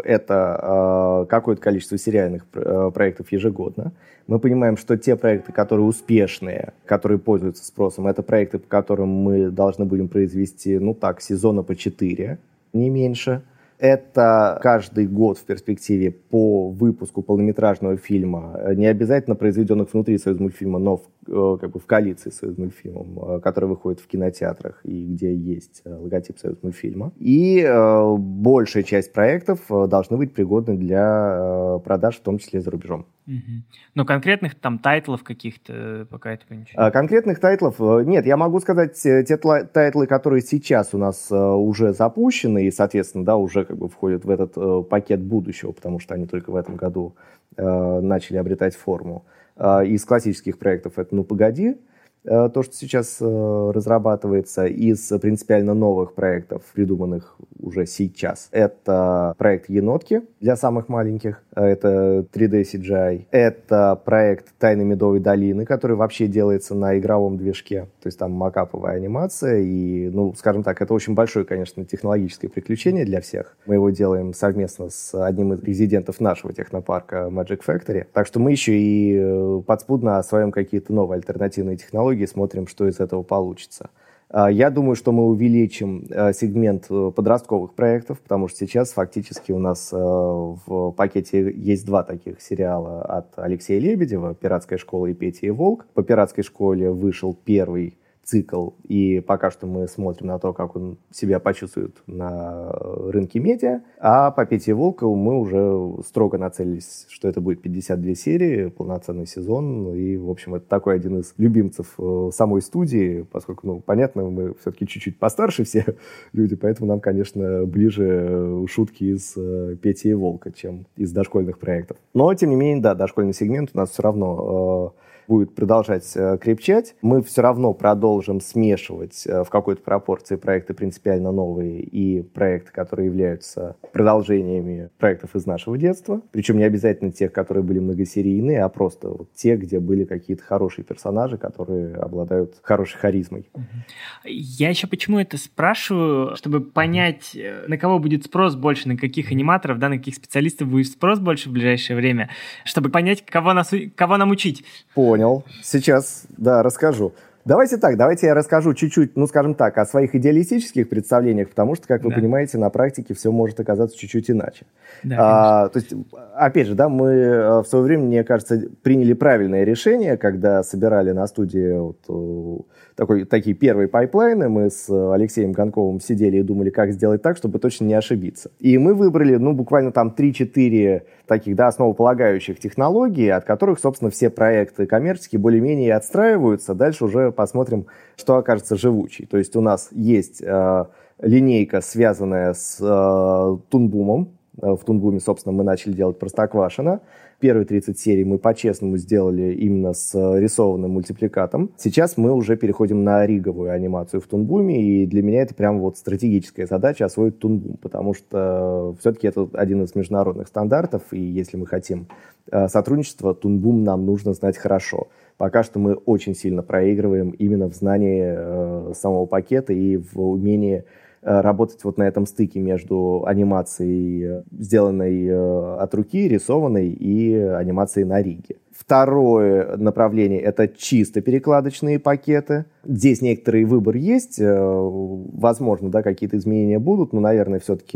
это какое-то количество сериальных проектов ежегодно. Мы понимаем, что те проекты, которые успешные, которые пользуются спросом, это проекты, по которым мы должны будем произвести, сезона по 4, не меньше. Это каждый год в перспективе по выпуску полнометражного фильма, не обязательно произведенных внутри Союзмультфильма, но в коалиции с Союзмультфильмом, который выходит в кинотеатрах и где есть логотип Союзмультфильма. И большая часть проектов должны быть пригодны для продаж, в том числе за рубежом. Но конкретных там тайтлов каких-то пока этого ничего? Конкретных тайтлов нет. Я могу сказать, те тайтлы, которые сейчас у нас уже запущены и, соответственно, уже входят в этот пакет будущего, потому что они только в этом году начали обретать форму. Из классических проектов это «Ну, погоди», то, что сейчас разрабатывается. Из принципиально новых проектов, придуманных уже сейчас, это проект «Енотки» для самых маленьких, это 3D CGI, это проект «Тайны Медовой долины», который вообще делается на игровом движке, то есть там макаповая анимация, и, скажем так, это очень большое, конечно, технологическое приключение для всех. Мы его делаем совместно с одним из резидентов нашего технопарка Magic Factory, так что мы еще и подспудно осваиваем какие-то новые альтернативные технологии, смотрим, что из этого получится. Я думаю, что мы увеличим сегмент подростковых проектов, потому что сейчас фактически у нас в пакете есть 2 таких сериала от Алексея Лебедева «Пиратская школа» и «Петя и волк». По «Пиратской школе» вышел первый цикл, и пока что мы смотрим на то, как он себя почувствует на рынке медиа. А по «Пете и волку» мы уже строго нацелились, что это будет 52 серии, полноценный сезон. И, в общем, это такой один из любимцев самой студии, поскольку, понятно, мы все-таки чуть-чуть постарше все люди, поэтому нам, конечно, ближе шутки из «Пети и волка», чем из дошкольных проектов. Но, тем не менее, да, дошкольный сегмент у нас все равно будет продолжать крепчать. Мы все равно продолжим смешивать в какой-то пропорции проекты принципиально новые и проекты, которые являются продолжениями проектов из нашего детства. Причем не обязательно тех, которые были многосерийные, а просто те, где были какие-то хорошие персонажи, которые обладают хорошей харизмой. Я еще почему это спрашиваю, чтобы понять, на кого будет спрос больше, на каких аниматоров, да, на каких специалистов будет спрос больше в ближайшее время, чтобы понять, кого нам учить. Понял. Сейчас, да, расскажу. Давайте я расскажу чуть-чуть, скажем так, о своих идеалистических представлениях, потому что, как вы понимаете, на практике все может оказаться чуть-чуть иначе. Да, то есть, опять же, да, мы в свое время, мне кажется, приняли правильное решение, когда собирали на студии такие первые пайплайны. Мы с Алексеем Гонковым сидели и думали, как сделать так, чтобы точно не ошибиться. И мы выбрали, буквально там 3-4 таких, да, основополагающих технологий, от которых, собственно, все проекты коммерческие более-менее и отстраиваются. Дальше уже посмотрим, что окажется живучей. То есть у нас есть линейка, связанная с Тунбумом. В Тунбуме, собственно, мы начали делать Простоквашино. Первые 30 серий мы по-честному сделали именно с рисованным мультипликатом. Сейчас мы уже переходим на риговую анимацию в Тунбуме, и для меня это прям стратегическая задача освоить Тунбум, потому что все-таки это один из международных стандартов, и если мы хотим сотрудничества, Тунбум нам нужно знать хорошо. Пока что мы очень сильно проигрываем именно в знании самого пакета и в умении работать на этом стыке между анимацией, сделанной от руки, рисованной, и анимацией на риге. Второе направление — это чисто перекладочные пакеты. Здесь некоторый выбор есть. Возможно, да, какие-то изменения будут, но, наверное, все-таки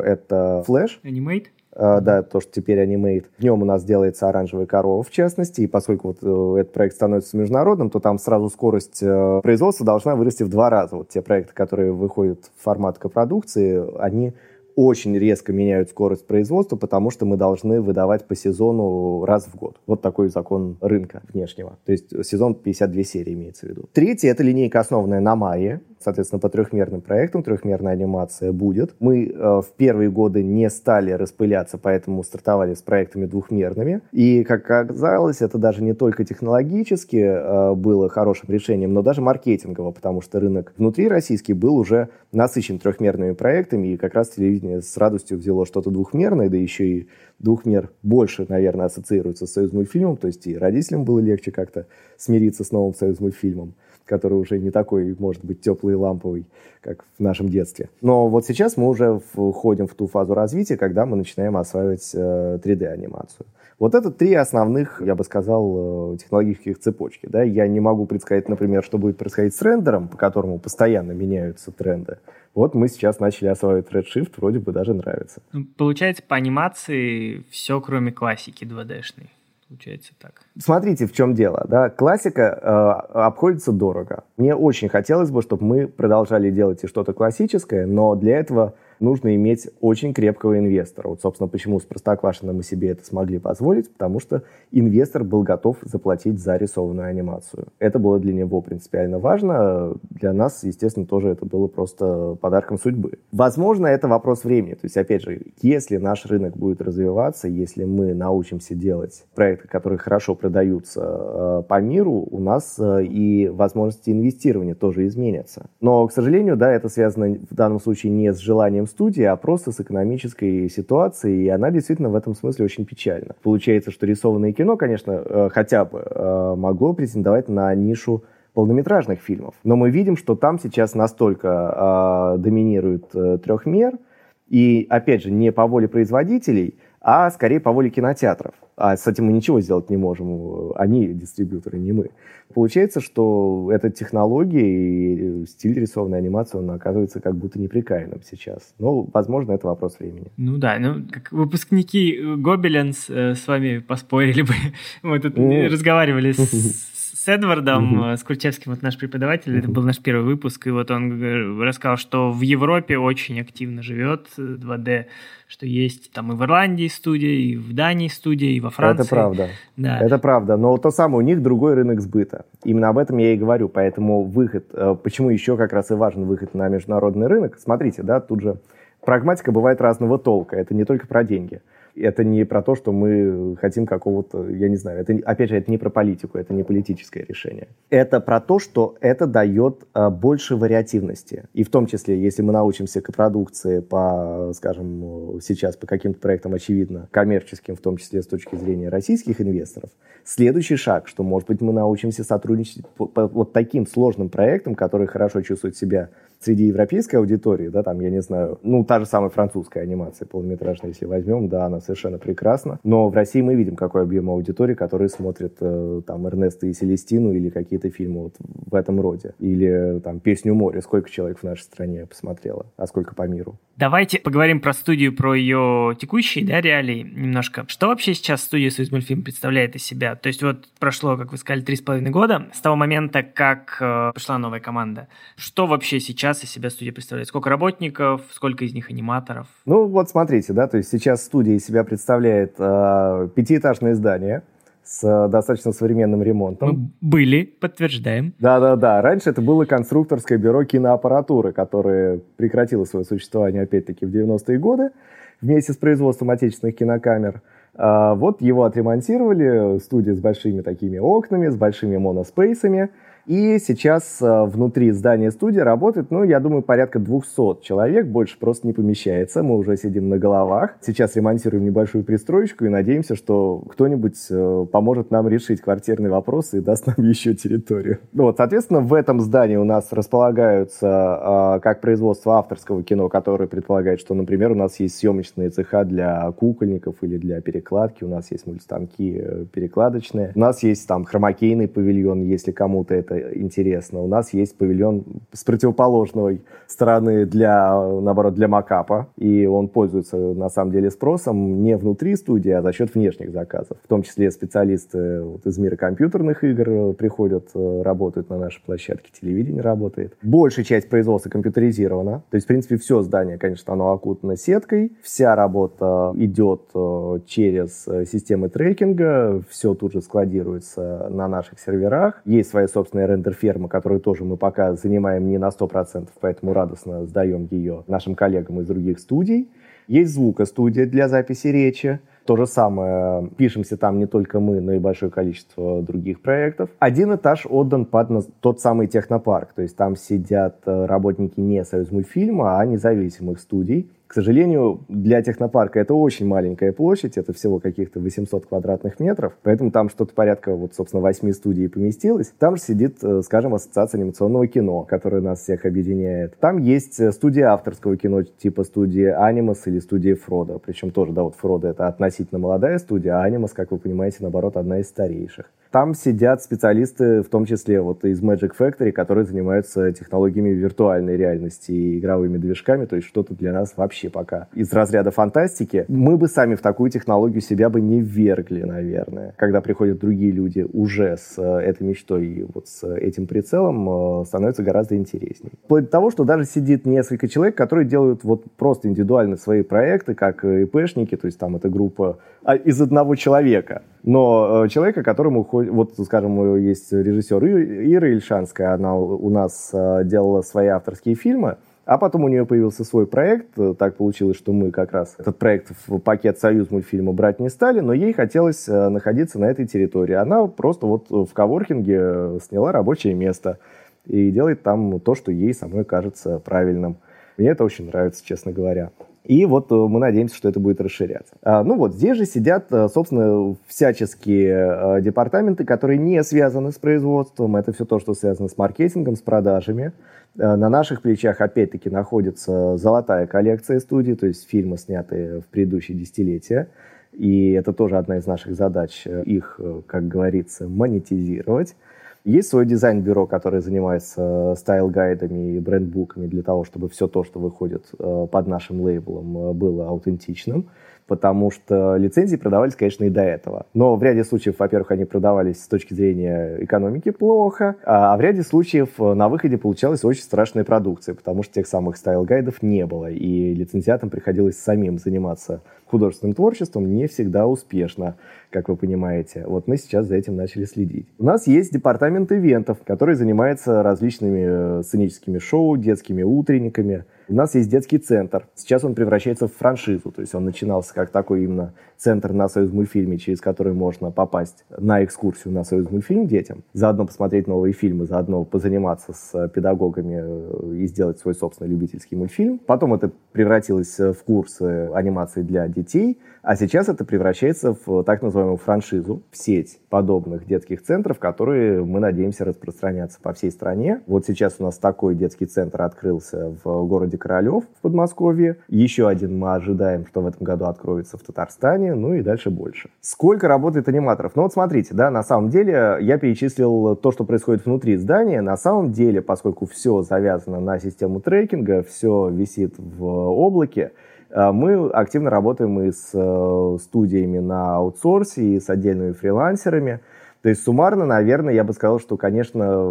это Flash. Animate? Да, то, что теперь Animate. В нем у нас делается «Оранжевая корова», в частности, и поскольку этот проект становится международным, то там сразу скорость производства должна вырасти в 2 раза. Те проекты, которые выходят в формат копродукции, они очень резко меняют скорость производства, потому что мы должны выдавать по сезону раз в год. Вот такой закон рынка внешнего. То есть сезон 52 серии имеется в виду. Третье — это линейка, основанная на Майе. Соответственно, по трехмерным проектам трехмерная анимация будет. Мы в первые годы не стали распыляться, поэтому стартовали с проектами двухмерными. И, как оказалось, это даже не только технологически было хорошим решением, но даже маркетингово, потому что рынок внутри российский был уже насыщен трехмерными проектами, и как раз телевидение с радостью взяло что-то двухмерное, да еще и двухмер больше, наверное, ассоциируется с Союзмультфильмом, то есть и родителям было легче как-то смириться с новым Союзмультфильмом, который уже не такой, может быть, теплый и ламповый, как в нашем детстве. Но вот сейчас мы уже входим в ту фазу развития, когда мы начинаем осваивать 3D-анимацию. Вот это 3 основных, я бы сказал, технологических цепочки. Да? Я не могу предсказать, например, что будет происходить с рендером, по которому постоянно меняются тренды. Вот мы сейчас начали осваивать Redshift, вроде бы даже нравится. Получается, по анимации все, кроме классики 2D-шной. Получается так. Смотрите, в чем дело. Да? Классика обходится дорого. Мне очень хотелось бы, чтобы мы продолжали делать и что-то классическое, но для этого нужно иметь очень крепкого инвестора. Вот, собственно, почему с Простоквашино мы себе это смогли позволить, потому что инвестор был готов заплатить за рисованную анимацию. Это было для него принципиально важно. Для нас, естественно, тоже это было просто подарком судьбы. Возможно, это вопрос времени. То есть, опять же, если наш рынок будет развиваться, если мы научимся делать проекты, которые хорошо продаются по миру, у нас и возможности инвестирования тоже изменятся. Но, к сожалению, да, это связано в данном случае не с желанием студии, а просто с экономической ситуацией, и она действительно в этом смысле очень печальна. Получается, что рисованное кино, конечно, хотя бы могло претендовать на нишу полнометражных фильмов, но мы видим, что там сейчас настолько доминирует трехмер, и, опять же, не по воле производителей, а скорее по воле кинотеатров. А с этим мы ничего сделать не можем. Они дистрибьюторы, не мы. Получается, что эта технология и стиль рисованной анимации, он оказывается как будто неприкаянным сейчас. Но, возможно, это вопрос времени. Ну да, как выпускники Гобеленс с вами поспорили бы. Мы тут разговаривали с Эдвардом, с Кручевским, вот наш преподаватель, это был наш первый выпуск, и вот он рассказал, что в Европе очень активно живет 2D, что есть там и в Ирландии студия, и в Дании студия, и во Франции. Это правда. Да. Это правда. Но то самое, у них другой рынок сбыта. Именно об этом я и говорю. Поэтому выход, почему еще как раз и важен выход на международный рынок. Смотрите, да, тут же прагматика бывает разного толка. Это не только про деньги. Это не про то, что мы хотим какого-то, я не знаю, это, опять же, это не про политику, это не политическое решение. Это про то, что это дает больше вариативности. И в том числе, если мы научимся копродукции по, скажем, сейчас по каким-то проектам, очевидно, коммерческим, в том числе с точки зрения российских инвесторов, следующий шаг, что, может быть, мы научимся сотрудничать по вот таким сложным проектам, которые хорошо чувствуют себя среди европейской аудитории, да, там, я не знаю, ну, та же самая французская анимация полнометражная, если возьмем, да, она совершенно прекрасна. Но в России мы видим, какой объем аудитории, которые смотрят там Эрнеста и Селестину или какие-то фильмы вот в этом роде. Или там «Песню моря». Сколько человек в нашей стране посмотрело, а сколько по миру? Давайте поговорим про студию, про ее текущие, да, реалии немножко. Что вообще сейчас студия «Союзмультфильм» представляет из себя? То есть вот прошло, как вы сказали, 3,5 года с того момента, как пришла новая команда. Что вообще сейчас из себя студия представляет? Сколько работников, сколько из них аниматоров? Ну вот смотрите, да, то есть сейчас студия из себя представляет пятиэтажное здание с достаточно современным ремонтом. Мы были, подтверждаем. Да-да-да. Раньше это было конструкторское бюро киноаппаратуры, которое прекратило свое существование опять-таки в 90-е годы вместе с производством отечественных кинокамер. Вот его отремонтировали, студия с большими такими окнами, с большими моноспейсами. И сейчас внутри здания студии работает, ну, я думаю, порядка 200 человек, больше просто не помещается, мы уже сидим на головах. Сейчас ремонтируем небольшую пристроечку и надеемся, что кто-нибудь поможет нам решить квартирный вопрос и даст нам еще территорию. Ну, вот, соответственно, в этом здании у нас располагаются как производство авторского кино, которое предполагает, что, например, у нас есть съемочные цеха для кукольников или для перекладки, у нас есть мультистанки перекладочные, у нас есть там хромакейный павильон, если кому-то это интересно. У нас есть павильон с противоположной стороны наоборот, для макапа, и он пользуется, на самом деле, спросом не внутри студии, а за счет внешних заказов. В том числе специалисты вот из мира компьютерных игр приходят, работают на нашей площадке, телевидение работает. Большая часть производства компьютеризирована. То есть, в принципе, все здание, конечно, оно окутано сеткой. Вся работа идет через системы трекинга, все тут же складируется на наших серверах. Есть своя собственная рендер-ферма, которую тоже мы пока занимаем не на 100%, поэтому радостно сдаем ее нашим коллегам из других студий. Есть звукостудия для записи речи. То же самое, пишемся там не только мы, но и большое количество других проектов. Один этаж отдан под тот самый технопарк, то есть там сидят работники не Союзмультфильма, а независимых студий. К сожалению, для технопарка это очень маленькая площадь, это всего каких-то 800 квадратных метров, поэтому там что-то порядка, вот, собственно, 8 студий поместилось. Там же сидит, скажем, Ассоциация анимационного кино, которая нас всех объединяет. Там есть студия авторского кино, типа студии Animus или студия Фродо, причем тоже, да, вот Фродо это относительно молодая студия, а Animus, как вы понимаете, наоборот, одна из старейших. Там сидят специалисты, в том числе вот из Magic Factory, которые занимаются технологиями виртуальной реальности и игровыми движками, то есть что-то для нас вообще пока из разряда фантастики. Мы бы сами в такую технологию себя бы не ввергли, наверное. Когда приходят другие люди уже с этой мечтой и вот с этим прицелом, становится гораздо интереснее. Вплоть до того, что даже сидит несколько человек, которые делают вот просто индивидуально свои проекты, как ИПшники, то есть там это группа из одного человека. Но человека, которому, вот, скажем, есть режиссер Ира Ильшанская, она у нас делала свои авторские фильмы, а потом у нее появился свой проект. Так получилось, что мы как раз этот проект в пакет Союзмультфильма брать не стали, но ей хотелось находиться на этой территории. Она просто вот в коворкинге сняла рабочее место и делает там то, что ей самой кажется правильным. Мне это очень нравится, честно говоря. И вот мы надеемся, что это будет расширяться. Ну вот, здесь же сидят, собственно, всяческие департаменты, которые не связаны с производством. Это все то, что связано с маркетингом, с продажами. На наших плечах, опять-таки, находится золотая коллекция студий, то есть фильмы, снятые в предыдущие десятилетия. И это тоже одна из наших задач, их, как говорится, монетизировать. Есть свое дизайн-бюро, которое занимается стайл-гайдами и бренд-буками для того, чтобы все то, что выходит под нашим лейблом, было аутентичным, потому что лицензии продавались, конечно, и до этого. Но в ряде случаев, во-первых, они продавались с точки зрения экономики плохо, а в ряде случаев на выходе получалась очень страшная продукция, потому что тех самых стайл-гайдов не было, и лицензиатам приходилось самим заниматься художественным творчеством не всегда успешно, как вы понимаете. Вот мы сейчас за этим начали следить. У нас есть департамент ивентов, который занимается различными сценическими шоу, детскими утренниками. У нас есть детский центр. Сейчас он превращается в франшизу. То есть он начинался как такой именно центр на Союзмультфильме, через который можно попасть на экскурсию на Союзмультфильм детям, заодно посмотреть новые фильмы, заодно позаниматься с педагогами и сделать свой собственный любительский мультфильм. Потом это превратилось в курсы анимации для детей, а сейчас это превращается в так называемую франшизу, в сеть подобных детских центров, которые, мы надеемся, распространятся по всей стране. Вот сейчас у нас такой детский центр открылся в городе Королев в Подмосковье. Еще один мы ожидаем, что в этом году откроется в Татарстане, ну и дальше больше. Сколько работает аниматоров? Ну вот смотрите, да, на самом деле я перечислил то, что происходит внутри здания. На самом деле, поскольку все завязано на систему трекинга, все висит в облаке, мы активно работаем и с студиями на аутсорсе, и с отдельными фрилансерами. То есть суммарно, наверное, я бы сказал, что, конечно,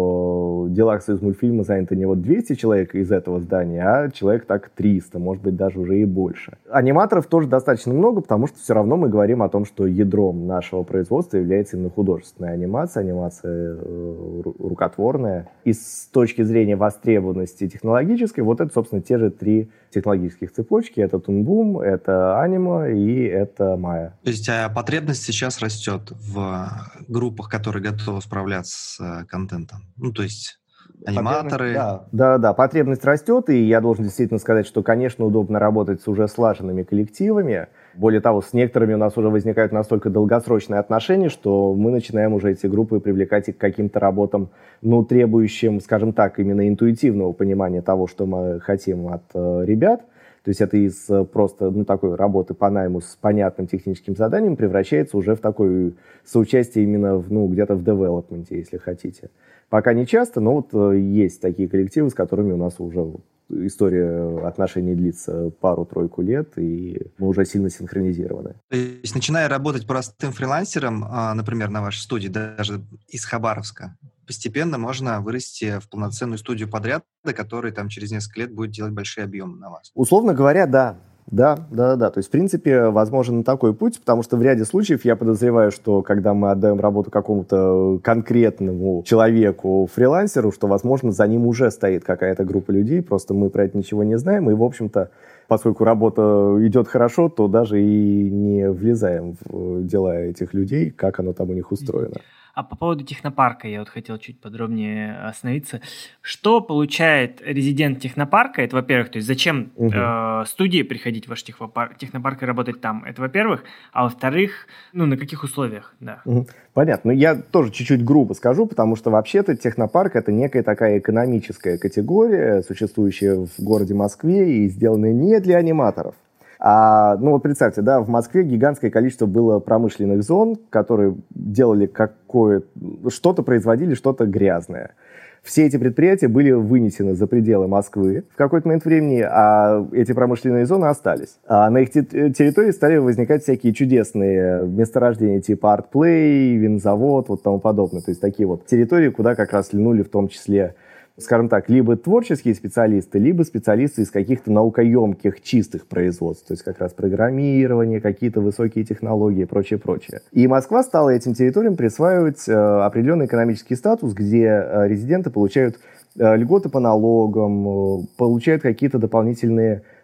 в делах Союзмультфильма занято не вот 200 человек из этого здания, а человек так 300, может быть, даже уже и больше. Аниматоров тоже достаточно много, потому что все равно мы говорим о том, что ядром нашего производства является именно художественная анимация рукотворная. И с точки зрения востребованности технологической, вот это, собственно, те же 3 технологических цепочки. Это Toon Boom, это Anima и это Maya. То есть потребность сейчас растет в группах, которые готовы справляться с контентом. Ну, то есть аниматоры. Да, потребность растет, и я должен действительно сказать, что, конечно, удобно работать с уже слаженными коллективами. Более того, с некоторыми у нас уже возникают настолько долгосрочные отношения, что мы начинаем уже эти группы привлекать и к каким-то работам, ну, требующим, скажем так, именно интуитивного понимания того, что мы хотим от ребят. То есть это из просто такой работы по найму с понятным техническим заданием превращается уже в такое соучастие именно где-то в девелопменте, если хотите. Пока не часто, но вот есть такие коллективы, с которыми у нас уже история отношений длится пару-тройку лет, и мы уже сильно синхронизированы. То есть, начиная работать простым фрилансером, например, на вашей студии, даже из Хабаровска, постепенно можно вырасти в полноценную студию подряда, которая там через несколько лет будет делать большие объемы на вас. Условно говоря, да. Да. То есть, в принципе, возможен такой путь, потому что в ряде случаев я подозреваю, что когда мы отдаем работу какому-то конкретному человеку, фрилансеру, что, возможно, за ним уже стоит какая-то группа людей, просто мы про это ничего не знаем, и, в общем-то, поскольку работа идет хорошо, то даже и не влезаем в дела этих людей, как оно там у них устроено. А по поводу технопарка я вот хотел чуть подробнее остановиться. Что получает резидент технопарка? Это, во-первых, то есть зачем студии приходить в ваш технопарк и работать там? Это, во-первых. А во-вторых, на каких условиях? Да. Понятно. Я тоже чуть-чуть грубо скажу, потому что вообще-то технопарк — это некая такая экономическая категория, существующая в городе Москве и сделанная не для аниматоров. Вот представьте, да, в Москве гигантское количество было промышленных зон, которые делали что-то производили, что-то грязное. Все эти предприятия были вынесены за пределы Москвы в какой-то момент времени, а эти промышленные зоны остались. А на их территории стали возникать всякие чудесные месторождения типа Артплей, винзавод, вот тому подобное. То есть такие вот территории, куда как раз льнули в том числе, скажем так, либо творческие специалисты, либо специалисты из каких-то наукоемких чистых производств, то есть как раз программирование, какие-то высокие технологии и прочее. И Москва стала этим территориям присваивать определенный экономический статус, где резиденты получают льготы по налогам, получают какие-то дополнительные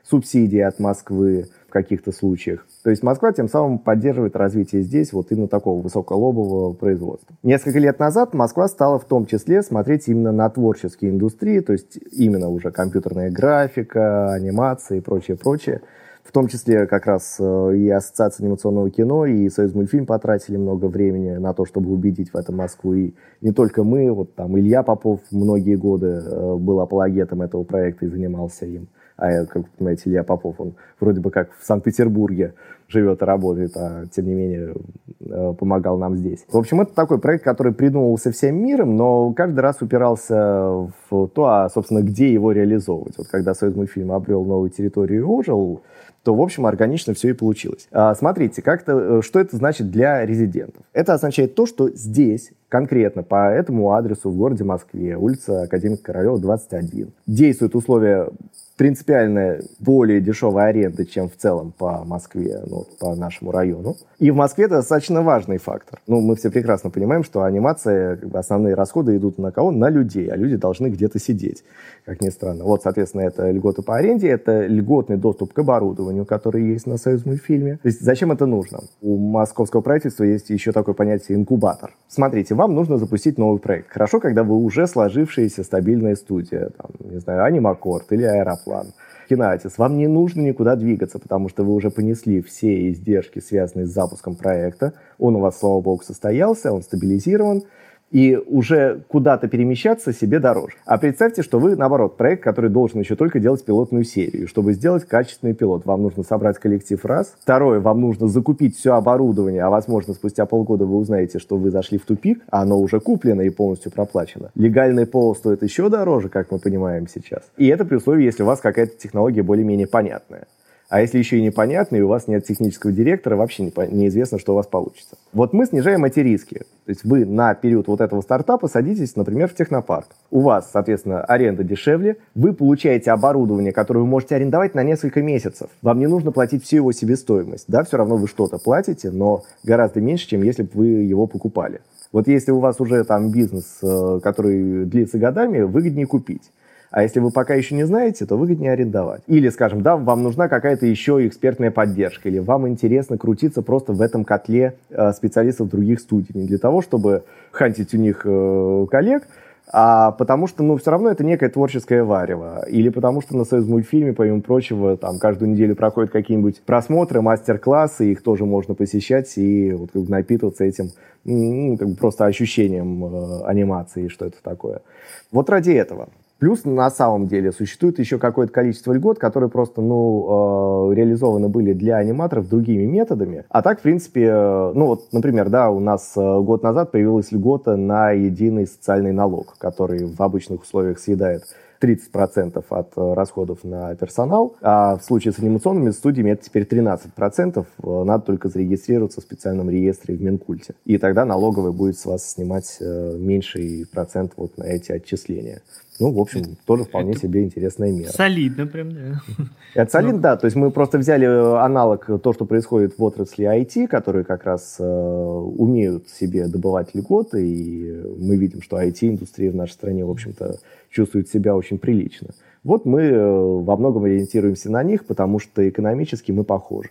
субсидии от Москвы в каких-то случаях. То есть Москва тем самым поддерживает развитие здесь вот именно такого высоколобового производства. Несколько лет назад Москва стала в том числе смотреть именно на творческие индустрии, то есть именно уже компьютерная графика, анимация и прочее. В том числе как раз и Ассоциация анимационного кино, и Союзмультфильм потратили много времени на то, чтобы убедить в этом Москву. И не только мы, вот там Илья Попов многие годы был апологетом этого проекта и занимался им. А, как вы понимаете, Илья Попов, он вроде бы как в Санкт-Петербурге живет и работает, а тем не менее помогал нам здесь. В общем, это такой проект, который придумывался всем миром, но каждый раз упирался в то, собственно, где его реализовывать. Вот когда Союзмультфильм обрел новую территорию и ожил, то, в общем, органично все и получилось. Смотрите, что это значит для резидентов. Это означает то, что здесь, конкретно по этому адресу в городе Москве, улица Академика Королева, 21, действуют условия принципиально более дешевой аренды, чем в целом по Москве, по нашему району. И в Москве это достаточно важный фактор. Мы все прекрасно понимаем, что анимация, основные расходы идут на кого? На людей, а люди должны где-то сидеть, как ни странно. Вот, соответственно, это льготы по аренде, это льготный доступ к оборудованию, который есть на Союзмультфильме. То есть зачем это нужно? У московского правительства есть еще такое понятие инкубатор. Смотрите, вам нужно запустить новый проект. Хорошо, когда вы уже сложившаяся стабильная студия, Анимакорд или Аэроплан, Кинатис. Вам не нужно никуда двигаться, потому что вы уже понесли все издержки, связанные с запуском проекта. Он у вас, слава богу, состоялся, он стабилизирован. И уже куда-то перемещаться себе дороже. А представьте, что вы, наоборот, проект, который должен еще только делать пилотную серию. Чтобы сделать качественный пилот, вам нужно собрать коллектив раз. Второе, вам нужно закупить все оборудование, а возможно, спустя полгода вы узнаете, что вы зашли в тупик, а оно уже куплено и полностью проплачено. Легальный ПО стоит еще дороже, как мы понимаем сейчас. И это при условии, если у вас какая-то технология более-менее понятная. А если еще и непонятно, и у вас нет технического директора, вообще неизвестно, что у вас получится. Вот мы снижаем эти риски. То есть вы на период вот этого стартапа садитесь, например, в технопарк. У вас, соответственно, аренда дешевле, вы получаете оборудование, которое вы можете арендовать на несколько месяцев. Вам не нужно платить всю его себестоимость. Да, все равно вы что-то платите, но гораздо меньше, чем если бы вы его покупали. Вот если у вас уже там бизнес, который длится годами, выгоднее купить. А если вы пока еще не знаете, то выгоднее арендовать. Или, скажем, да, вам нужна какая-то еще экспертная поддержка, или вам интересно крутиться просто в этом котле специалистов других студий. Не для того, чтобы хантить у них коллег, а потому что, все равно это некое творческое варево. Или потому что на Союзмультфильме, помимо прочего, там каждую неделю проходят какие-нибудь просмотры, мастер-классы, их тоже можно посещать и напитываться этим просто ощущением анимации, что это такое. Вот ради этого. Плюс, на самом деле, существует еще какое-то количество льгот, которые просто, реализованы были для аниматоров другими методами. А так, в принципе, например, у нас год назад появилась льгота на единый социальный налог, который в обычных условиях съедает 30% от расходов на персонал, а в случае с анимационными студиями это теперь 13%. Надо только зарегистрироваться в специальном реестре в Минкульте. И тогда налоговая будет с вас снимать меньший процент на эти отчисления. В общем, тоже вполне себе интересная мера. Солидно прям, да. Это солидно, да. То есть мы просто взяли аналог, то, что происходит в отрасли IT, которые как раз умеют себе добывать льготы, и мы видим, что IT-индустрия в нашей стране, в общем-то, чувствует себя очень прилично. Вот мы во многом ориентируемся на них, потому что экономически мы похожи.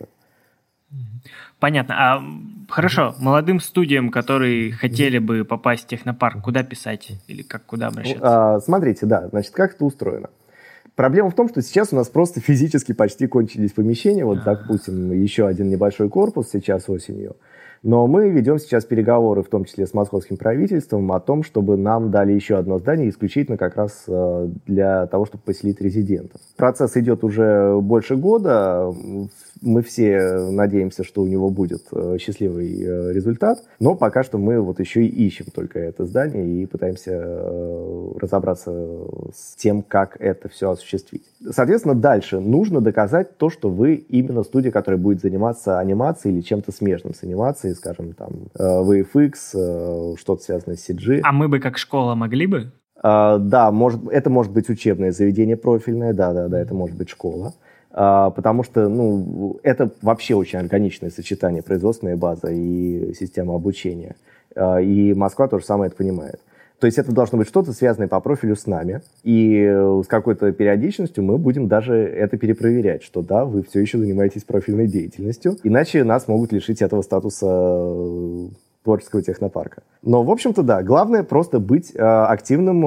Понятно. Хорошо, молодым студиям, которые хотели бы попасть в технопарк, куда писать или куда обращаться? Смотрите, как это устроено. Проблема в том, что сейчас у нас просто физически почти кончились помещения. Вот, допустим, еще один небольшой корпус сейчас осенью. Но мы ведем сейчас переговоры, в том числе с московским правительством, о том, чтобы нам дали еще одно здание исключительно как раз для того, чтобы поселить резидентов. Процесс идет уже больше года. Мы все надеемся, что у него будет счастливый результат. Но пока что мы еще и ищем только это здание и пытаемся разобраться с тем, как это все осуществить. Соответственно, дальше нужно доказать то, что вы именно студия, которая будет заниматься анимацией или чем-то смежным с анимацией, скажем, VFX, что-то связанное с CG. А мы бы как школа могли бы? Да, это может быть учебное заведение профильное, да, это может быть школа. Потому что, это вообще очень органичное сочетание производственная база и система обучения. И Москва то же самое это понимает. То есть это должно быть что-то, связанное по профилю с нами, и с какой-то периодичностью мы будем даже это перепроверять, что да, вы все еще занимаетесь профильной деятельностью, иначе нас могут лишить этого статуса творческого технопарка. Но, в общем-то, да, главное просто быть активным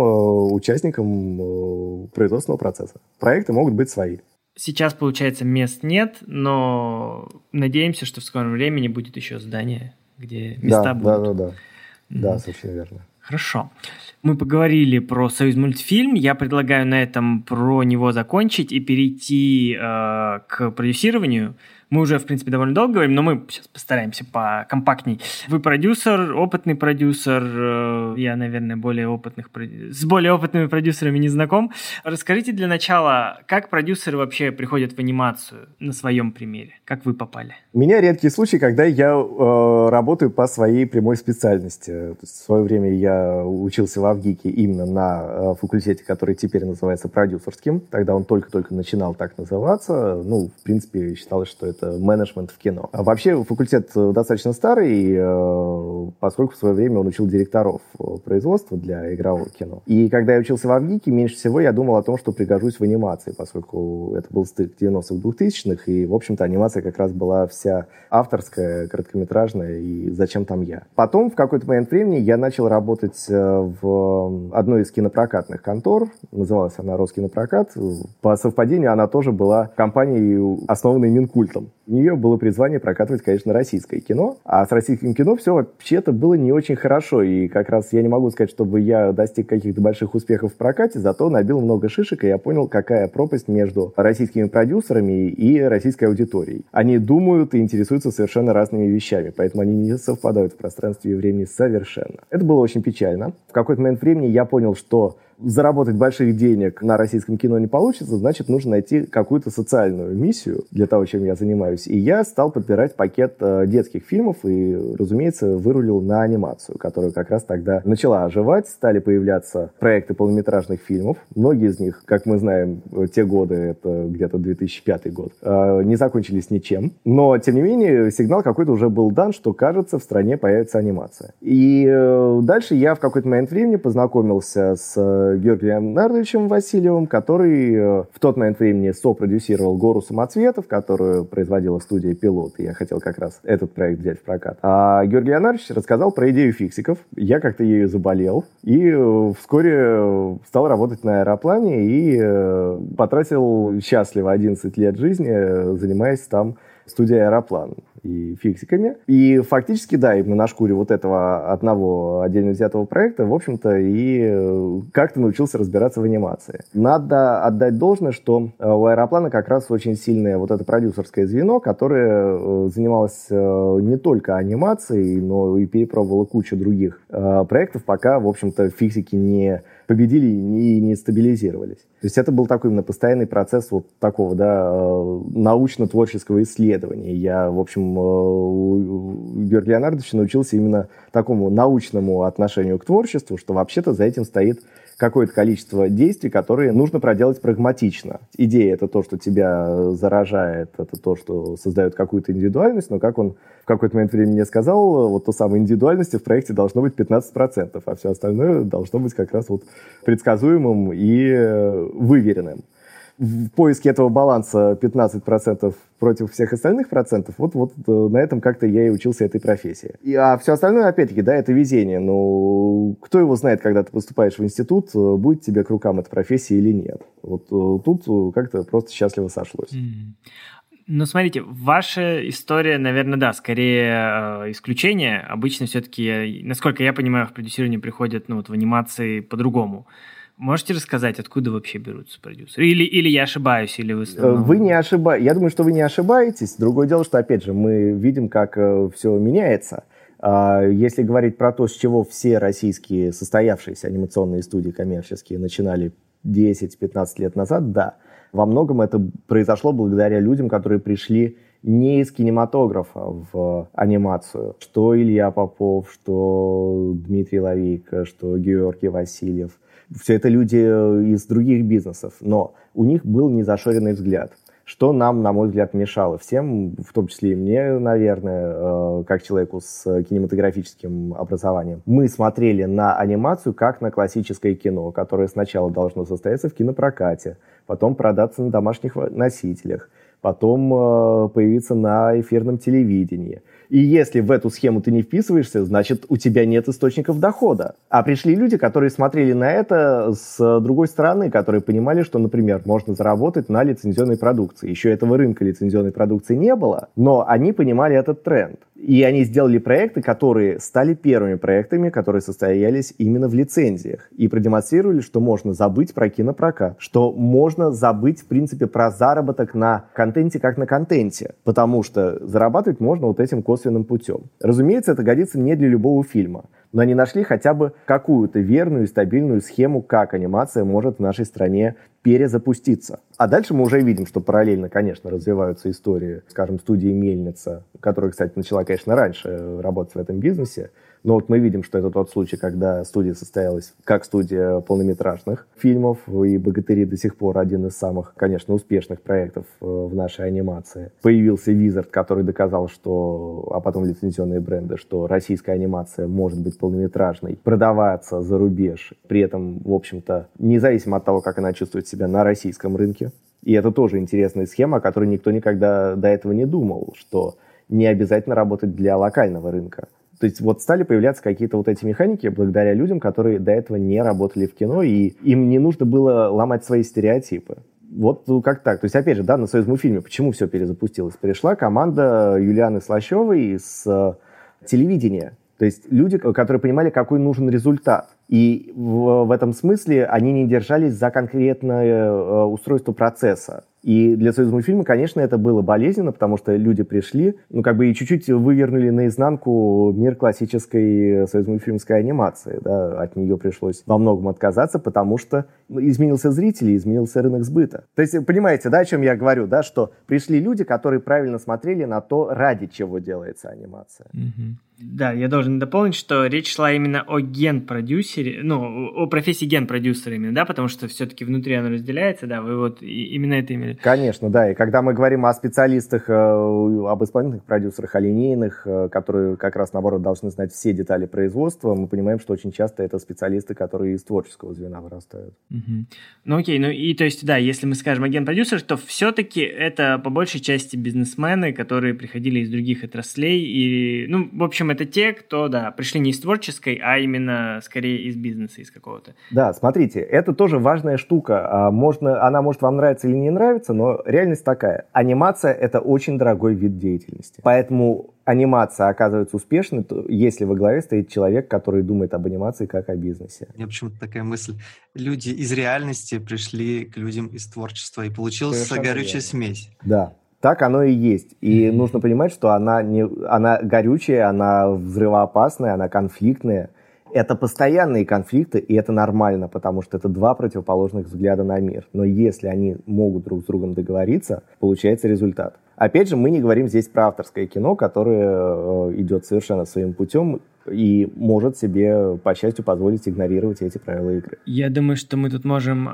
участником производственного процесса. Проекты могут быть свои. Сейчас, получается, мест нет, но надеемся, что в скором времени будет еще здание, где места будут. Да, совершенно верно. Хорошо. Мы поговорили про Союзмультфильм. Я предлагаю на этом про него закончить и перейти к продюсированию. Мы уже, в принципе, довольно долго говорим, но мы сейчас постараемся покомпактней. Вы продюсер, опытный продюсер. Я, наверное, с более опытными продюсерами не знаком. Расскажите для начала, как продюсеры вообще приходят в анимацию на своем примере? Как вы попали? У меня редкий случай, когда я работаю по своей прямой специальности. То есть в свое время я учился в Авгике именно на факультете, который теперь называется продюсерским. Тогда он только-только начинал так называться. В принципе, считалось, что это менеджмент в кино. А вообще факультет достаточно старый, поскольку в свое время он учил директоров производства для игрового кино. И когда я учился в Авгике, меньше всего я думал о том, что пригожусь в анимации, поскольку это был стык 90-х, 2000-х, и, в общем-то, анимация как раз была вся авторская, короткометражная, и зачем там я. Потом, в какой-то момент времени, я начал работать в одной из кинопрокатных контор, называлась она «Роскинопрокат». По совпадению она тоже была компанией, основанной Минкультом. У нее было призвание прокатывать, конечно, российское кино, а с российским кино все вообще-то было не очень хорошо, и как раз я не могу сказать, чтобы я достиг каких-то больших успехов в прокате, зато набил много шишек, и я понял, какая пропасть между российскими продюсерами и российской аудиторией. Они думают и интересуются совершенно разными вещами, поэтому они не совпадают в пространстве и времени совершенно. Это было очень печально. В какой-то момент времени я понял, что заработать больших денег на российском кино не получится, значит, нужно найти какую-то социальную миссию для того, чем я занимаюсь. И я стал подбирать пакет детских фильмов и, разумеется, вырулил на анимацию, которая как раз тогда начала оживать. Стали появляться проекты полнометражных фильмов. Многие из них, как мы знаем, те годы, это где-то 2005 год, не закончились ничем. Но, тем не менее, сигнал какой-то уже был дан, что, кажется, в стране появится анимация. И дальше я в какой-то момент времени познакомился с Георгием Леонардовичем Васильевым, который в тот момент времени сопродюсировал «Гору самоцветов», которую производила студия «Пилот». И я хотел как раз этот проект взять в прокат. А Георгий Леонардович рассказал про идею фиксиков. Я как-то ею заболел. И вскоре стал работать на аэроплане и потратил счастливо 11 лет жизни, занимаясь там студией «Аэроплан» и фиксиками. И фактически, да, именно на шкуре вот этого одного отдельно взятого проекта, в общем-то, и как-то научился разбираться в анимации. Надо отдать должное, что у «Аэроплана» как раз очень сильное вот это продюсерское звено, которое занималось не только анимацией, но и перепробовало кучу других проектов, пока, в общем-то, фиксики не победили и не стабилизировались. То есть это был такой именно постоянный процесс вот такого, да, научно-творческого исследования. Я, в общем, у Георгия Леонардовича научился именно такому научному отношению к творчеству, что вообще-то за этим стоит какое-то количество действий, которые нужно проделать прагматично. Идея — это то, что тебя заражает, это то, что создает какую-то индивидуальность, но, как он в какой-то момент времени мне сказал, вот то самой индивидуальности в проекте должно быть 15%, а все остальное должно быть как раз вот предсказуемым и выверенным. В поиске этого баланса 15% против всех остальных процентов, вот на этом как-то я и учился этой профессии. А все остальное, опять-таки, да, это везение. Ну, кто его знает, когда ты поступаешь в институт, будет тебе к рукам эта профессия или нет. Вот тут как-то просто счастливо сошлось. Ну, смотрите, ваша история, наверное, да, скорее исключение. Обычно все-таки, насколько я понимаю, в продюсирование приходят, в анимации по-другому. Можете рассказать, откуда вообще берутся продюсеры? Или я ошибаюсь, или вы... Вы не ошибаетесь. Я думаю, что вы не ошибаетесь. Другое дело, что, опять же, мы видим, как все меняется. Если говорить про то, с чего все российские состоявшиеся анимационные студии коммерческие начинали 10-15 лет назад, да. Во многом это произошло благодаря людям, которые пришли не из кинематографа в анимацию. Что Илья Попов, что Дмитрий Лавейко, что Георгий Васильев. Все это люди из других бизнесов, но у них был незашоренный взгляд, что нам, на мой взгляд, мешало всем, в том числе и мне, наверное, как человеку с кинематографическим образованием. Мы смотрели на анимацию как на классическое кино, которое сначала должно состояться в кинопрокате, потом продаться на домашних носителях, потом появиться на эфирном телевидении. И если в эту схему ты не вписываешься, значит, у тебя нет источников дохода. А пришли люди, которые смотрели на это с другой стороны, которые понимали, что, например, можно заработать на лицензионной продукции. Еще этого рынка лицензионной продукции не было, но они понимали этот тренд. И они сделали проекты, которые стали первыми проектами, которые состоялись именно в лицензиях. И продемонстрировали, что можно забыть про кинопрокат, что можно забыть, в принципе, про заработок на контенте как на контенте. Потому что зарабатывать можно вот этим косвенным путем. Разумеется, это годится не для любого фильма. Но они нашли хотя бы какую-то верную и стабильную схему, как анимация может в нашей стране перезапуститься. А дальше мы уже видим, что параллельно, конечно, развиваются истории, скажем, студии «Мельница», которая, кстати, начала, конечно, раньше работать в этом бизнесе. Но вот мы видим, что это тот случай, когда студия состоялась как студия полнометражных фильмов, и «Богатыри» до сих пор один из самых, конечно, успешных проектов в нашей анимации. Появился Wizard, который доказал, что, а потом лицензионные бренды, что российская анимация может быть полнометражной, продаваться за рубеж, при этом, в общем-то, независимо от того, как она чувствует себя на российском рынке. И это тоже интересная схема, о которой никто никогда до этого не думал, что не обязательно работать для локального рынка. То есть вот стали появляться какие-то вот эти механики благодаря людям, которые до этого не работали в кино, и им не нужно было ломать свои стереотипы. Вот как так. То есть, опять же, да, на «Союзмультфильме» почему все перезапустилось? Пришла команда Юлианы Слащевой с телевидения. То есть люди, которые понимали, какой нужен результат. И в этом смысле они не держались за конкретное устройство процесса. И для «Союзмультфильма», конечно, это было болезненно, потому что люди пришли, и чуть-чуть вывернули наизнанку мир классической «Союзмультфильмской» анимации. Да? От нее пришлось во многом отказаться, потому что изменился зритель и изменился рынок сбыта. То есть, понимаете, да, о чем я говорю, да, что пришли люди, которые правильно смотрели на то, ради чего делается анимация. Mm-hmm. Да, я должен дополнить, что речь шла именно о ген-продюсере, о профессии ген-продюсера именно, да, потому что все-таки внутри оно разделяется, да, вы вот именно это имели. Конечно, да, и когда мы говорим о специалистах, об исполнительных продюсерах, о линейных, которые как раз, наоборот, должны знать все детали производства, мы понимаем, что очень часто это специалисты, которые из творческого звена вырастают. Угу. Ну окей, и то есть, да, если мы скажем о ген-продюсерах, то все-таки это по большей части бизнесмены, которые приходили из других отраслей, и, в общем, это те, кто, да, пришли не из творческой, а именно, скорее, из бизнеса, из какого-то. Да, смотрите, это тоже важная штука. Она может вам нравиться или не нравиться, но реальность такая. Анимация — это очень дорогой вид деятельности. Поэтому анимация оказывается успешной, если во главе стоит человек, который думает об анимации как о бизнесе. У меня почему-то такая мысль. Люди из реальности пришли к людям из творчества, и получилась горючая смесь. Да. Так оно и есть. И нужно понимать, что она горючая, она взрывоопасная, она конфликтная. Это постоянные конфликты, и это нормально, потому что это два противоположных взгляда на мир. Но если они могут друг с другом договориться, получается результат. Опять же, мы не говорим здесь про авторское кино, которое идет совершенно своим путем и может себе, по счастью, позволить игнорировать эти правила игры. Я думаю, что мы тут можем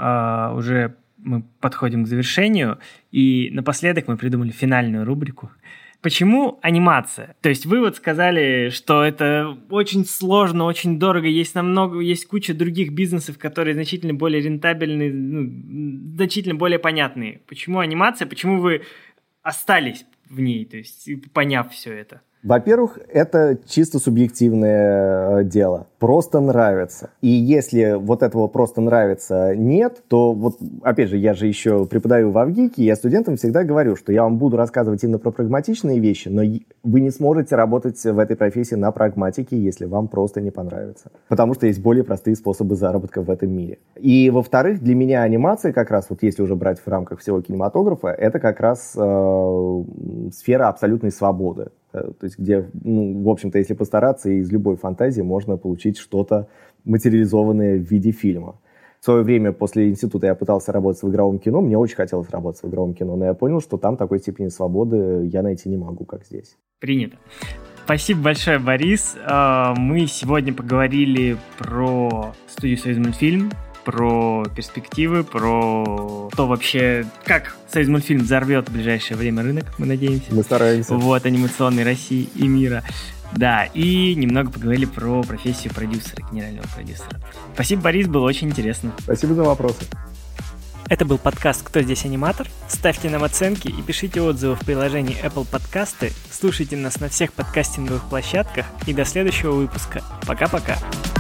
мы подходим к завершению, и напоследок мы придумали финальную рубрику. Почему анимация? То есть вы вот сказали, что это очень сложно, очень дорого, есть куча других бизнесов, которые значительно более рентабельны, значительно более понятные. Почему анимация? Почему вы остались в ней, то есть поняв все это? Во-первых, это чисто субъективное дело. Просто нравится. И если вот этого просто нравится нет, то вот, опять же, я же еще преподаю в Авгике, и я студентам всегда говорю, что я вам буду рассказывать именно про прагматичные вещи, но вы не сможете работать в этой профессии на прагматике, если вам просто не понравится. Потому что есть более простые способы заработка в этом мире. И, во-вторых, для меня анимация как раз, вот если уже брать в рамках всего кинематографа, это как раз сфера абсолютной свободы. То есть где, в общем-то, если постараться, из любой фантазии можно получить что-то материализованное в виде фильма. В свое время после института я пытался работать в игровом кино, мне очень хотелось работать в игровом кино, но я понял, что там такой степени свободы я найти не могу, как здесь. Принято. Спасибо большое, Борис. Мы сегодня поговорили про студию «Союзмультфильм», про перспективы, про то вообще, как Союзмультфильм взорвет в ближайшее время рынок, мы надеемся. Мы стараемся. Вот, анимационной России и мира. Да, и немного поговорили про профессию продюсера, генерального продюсера. Спасибо, Борис, было очень интересно. Спасибо за вопросы. Это был подкаст «Кто здесь аниматор?». Ставьте нам оценки и пишите отзывы в приложении Apple Подкасты. Слушайте нас на всех подкастинговых площадках. И до следующего выпуска. Пока-пока.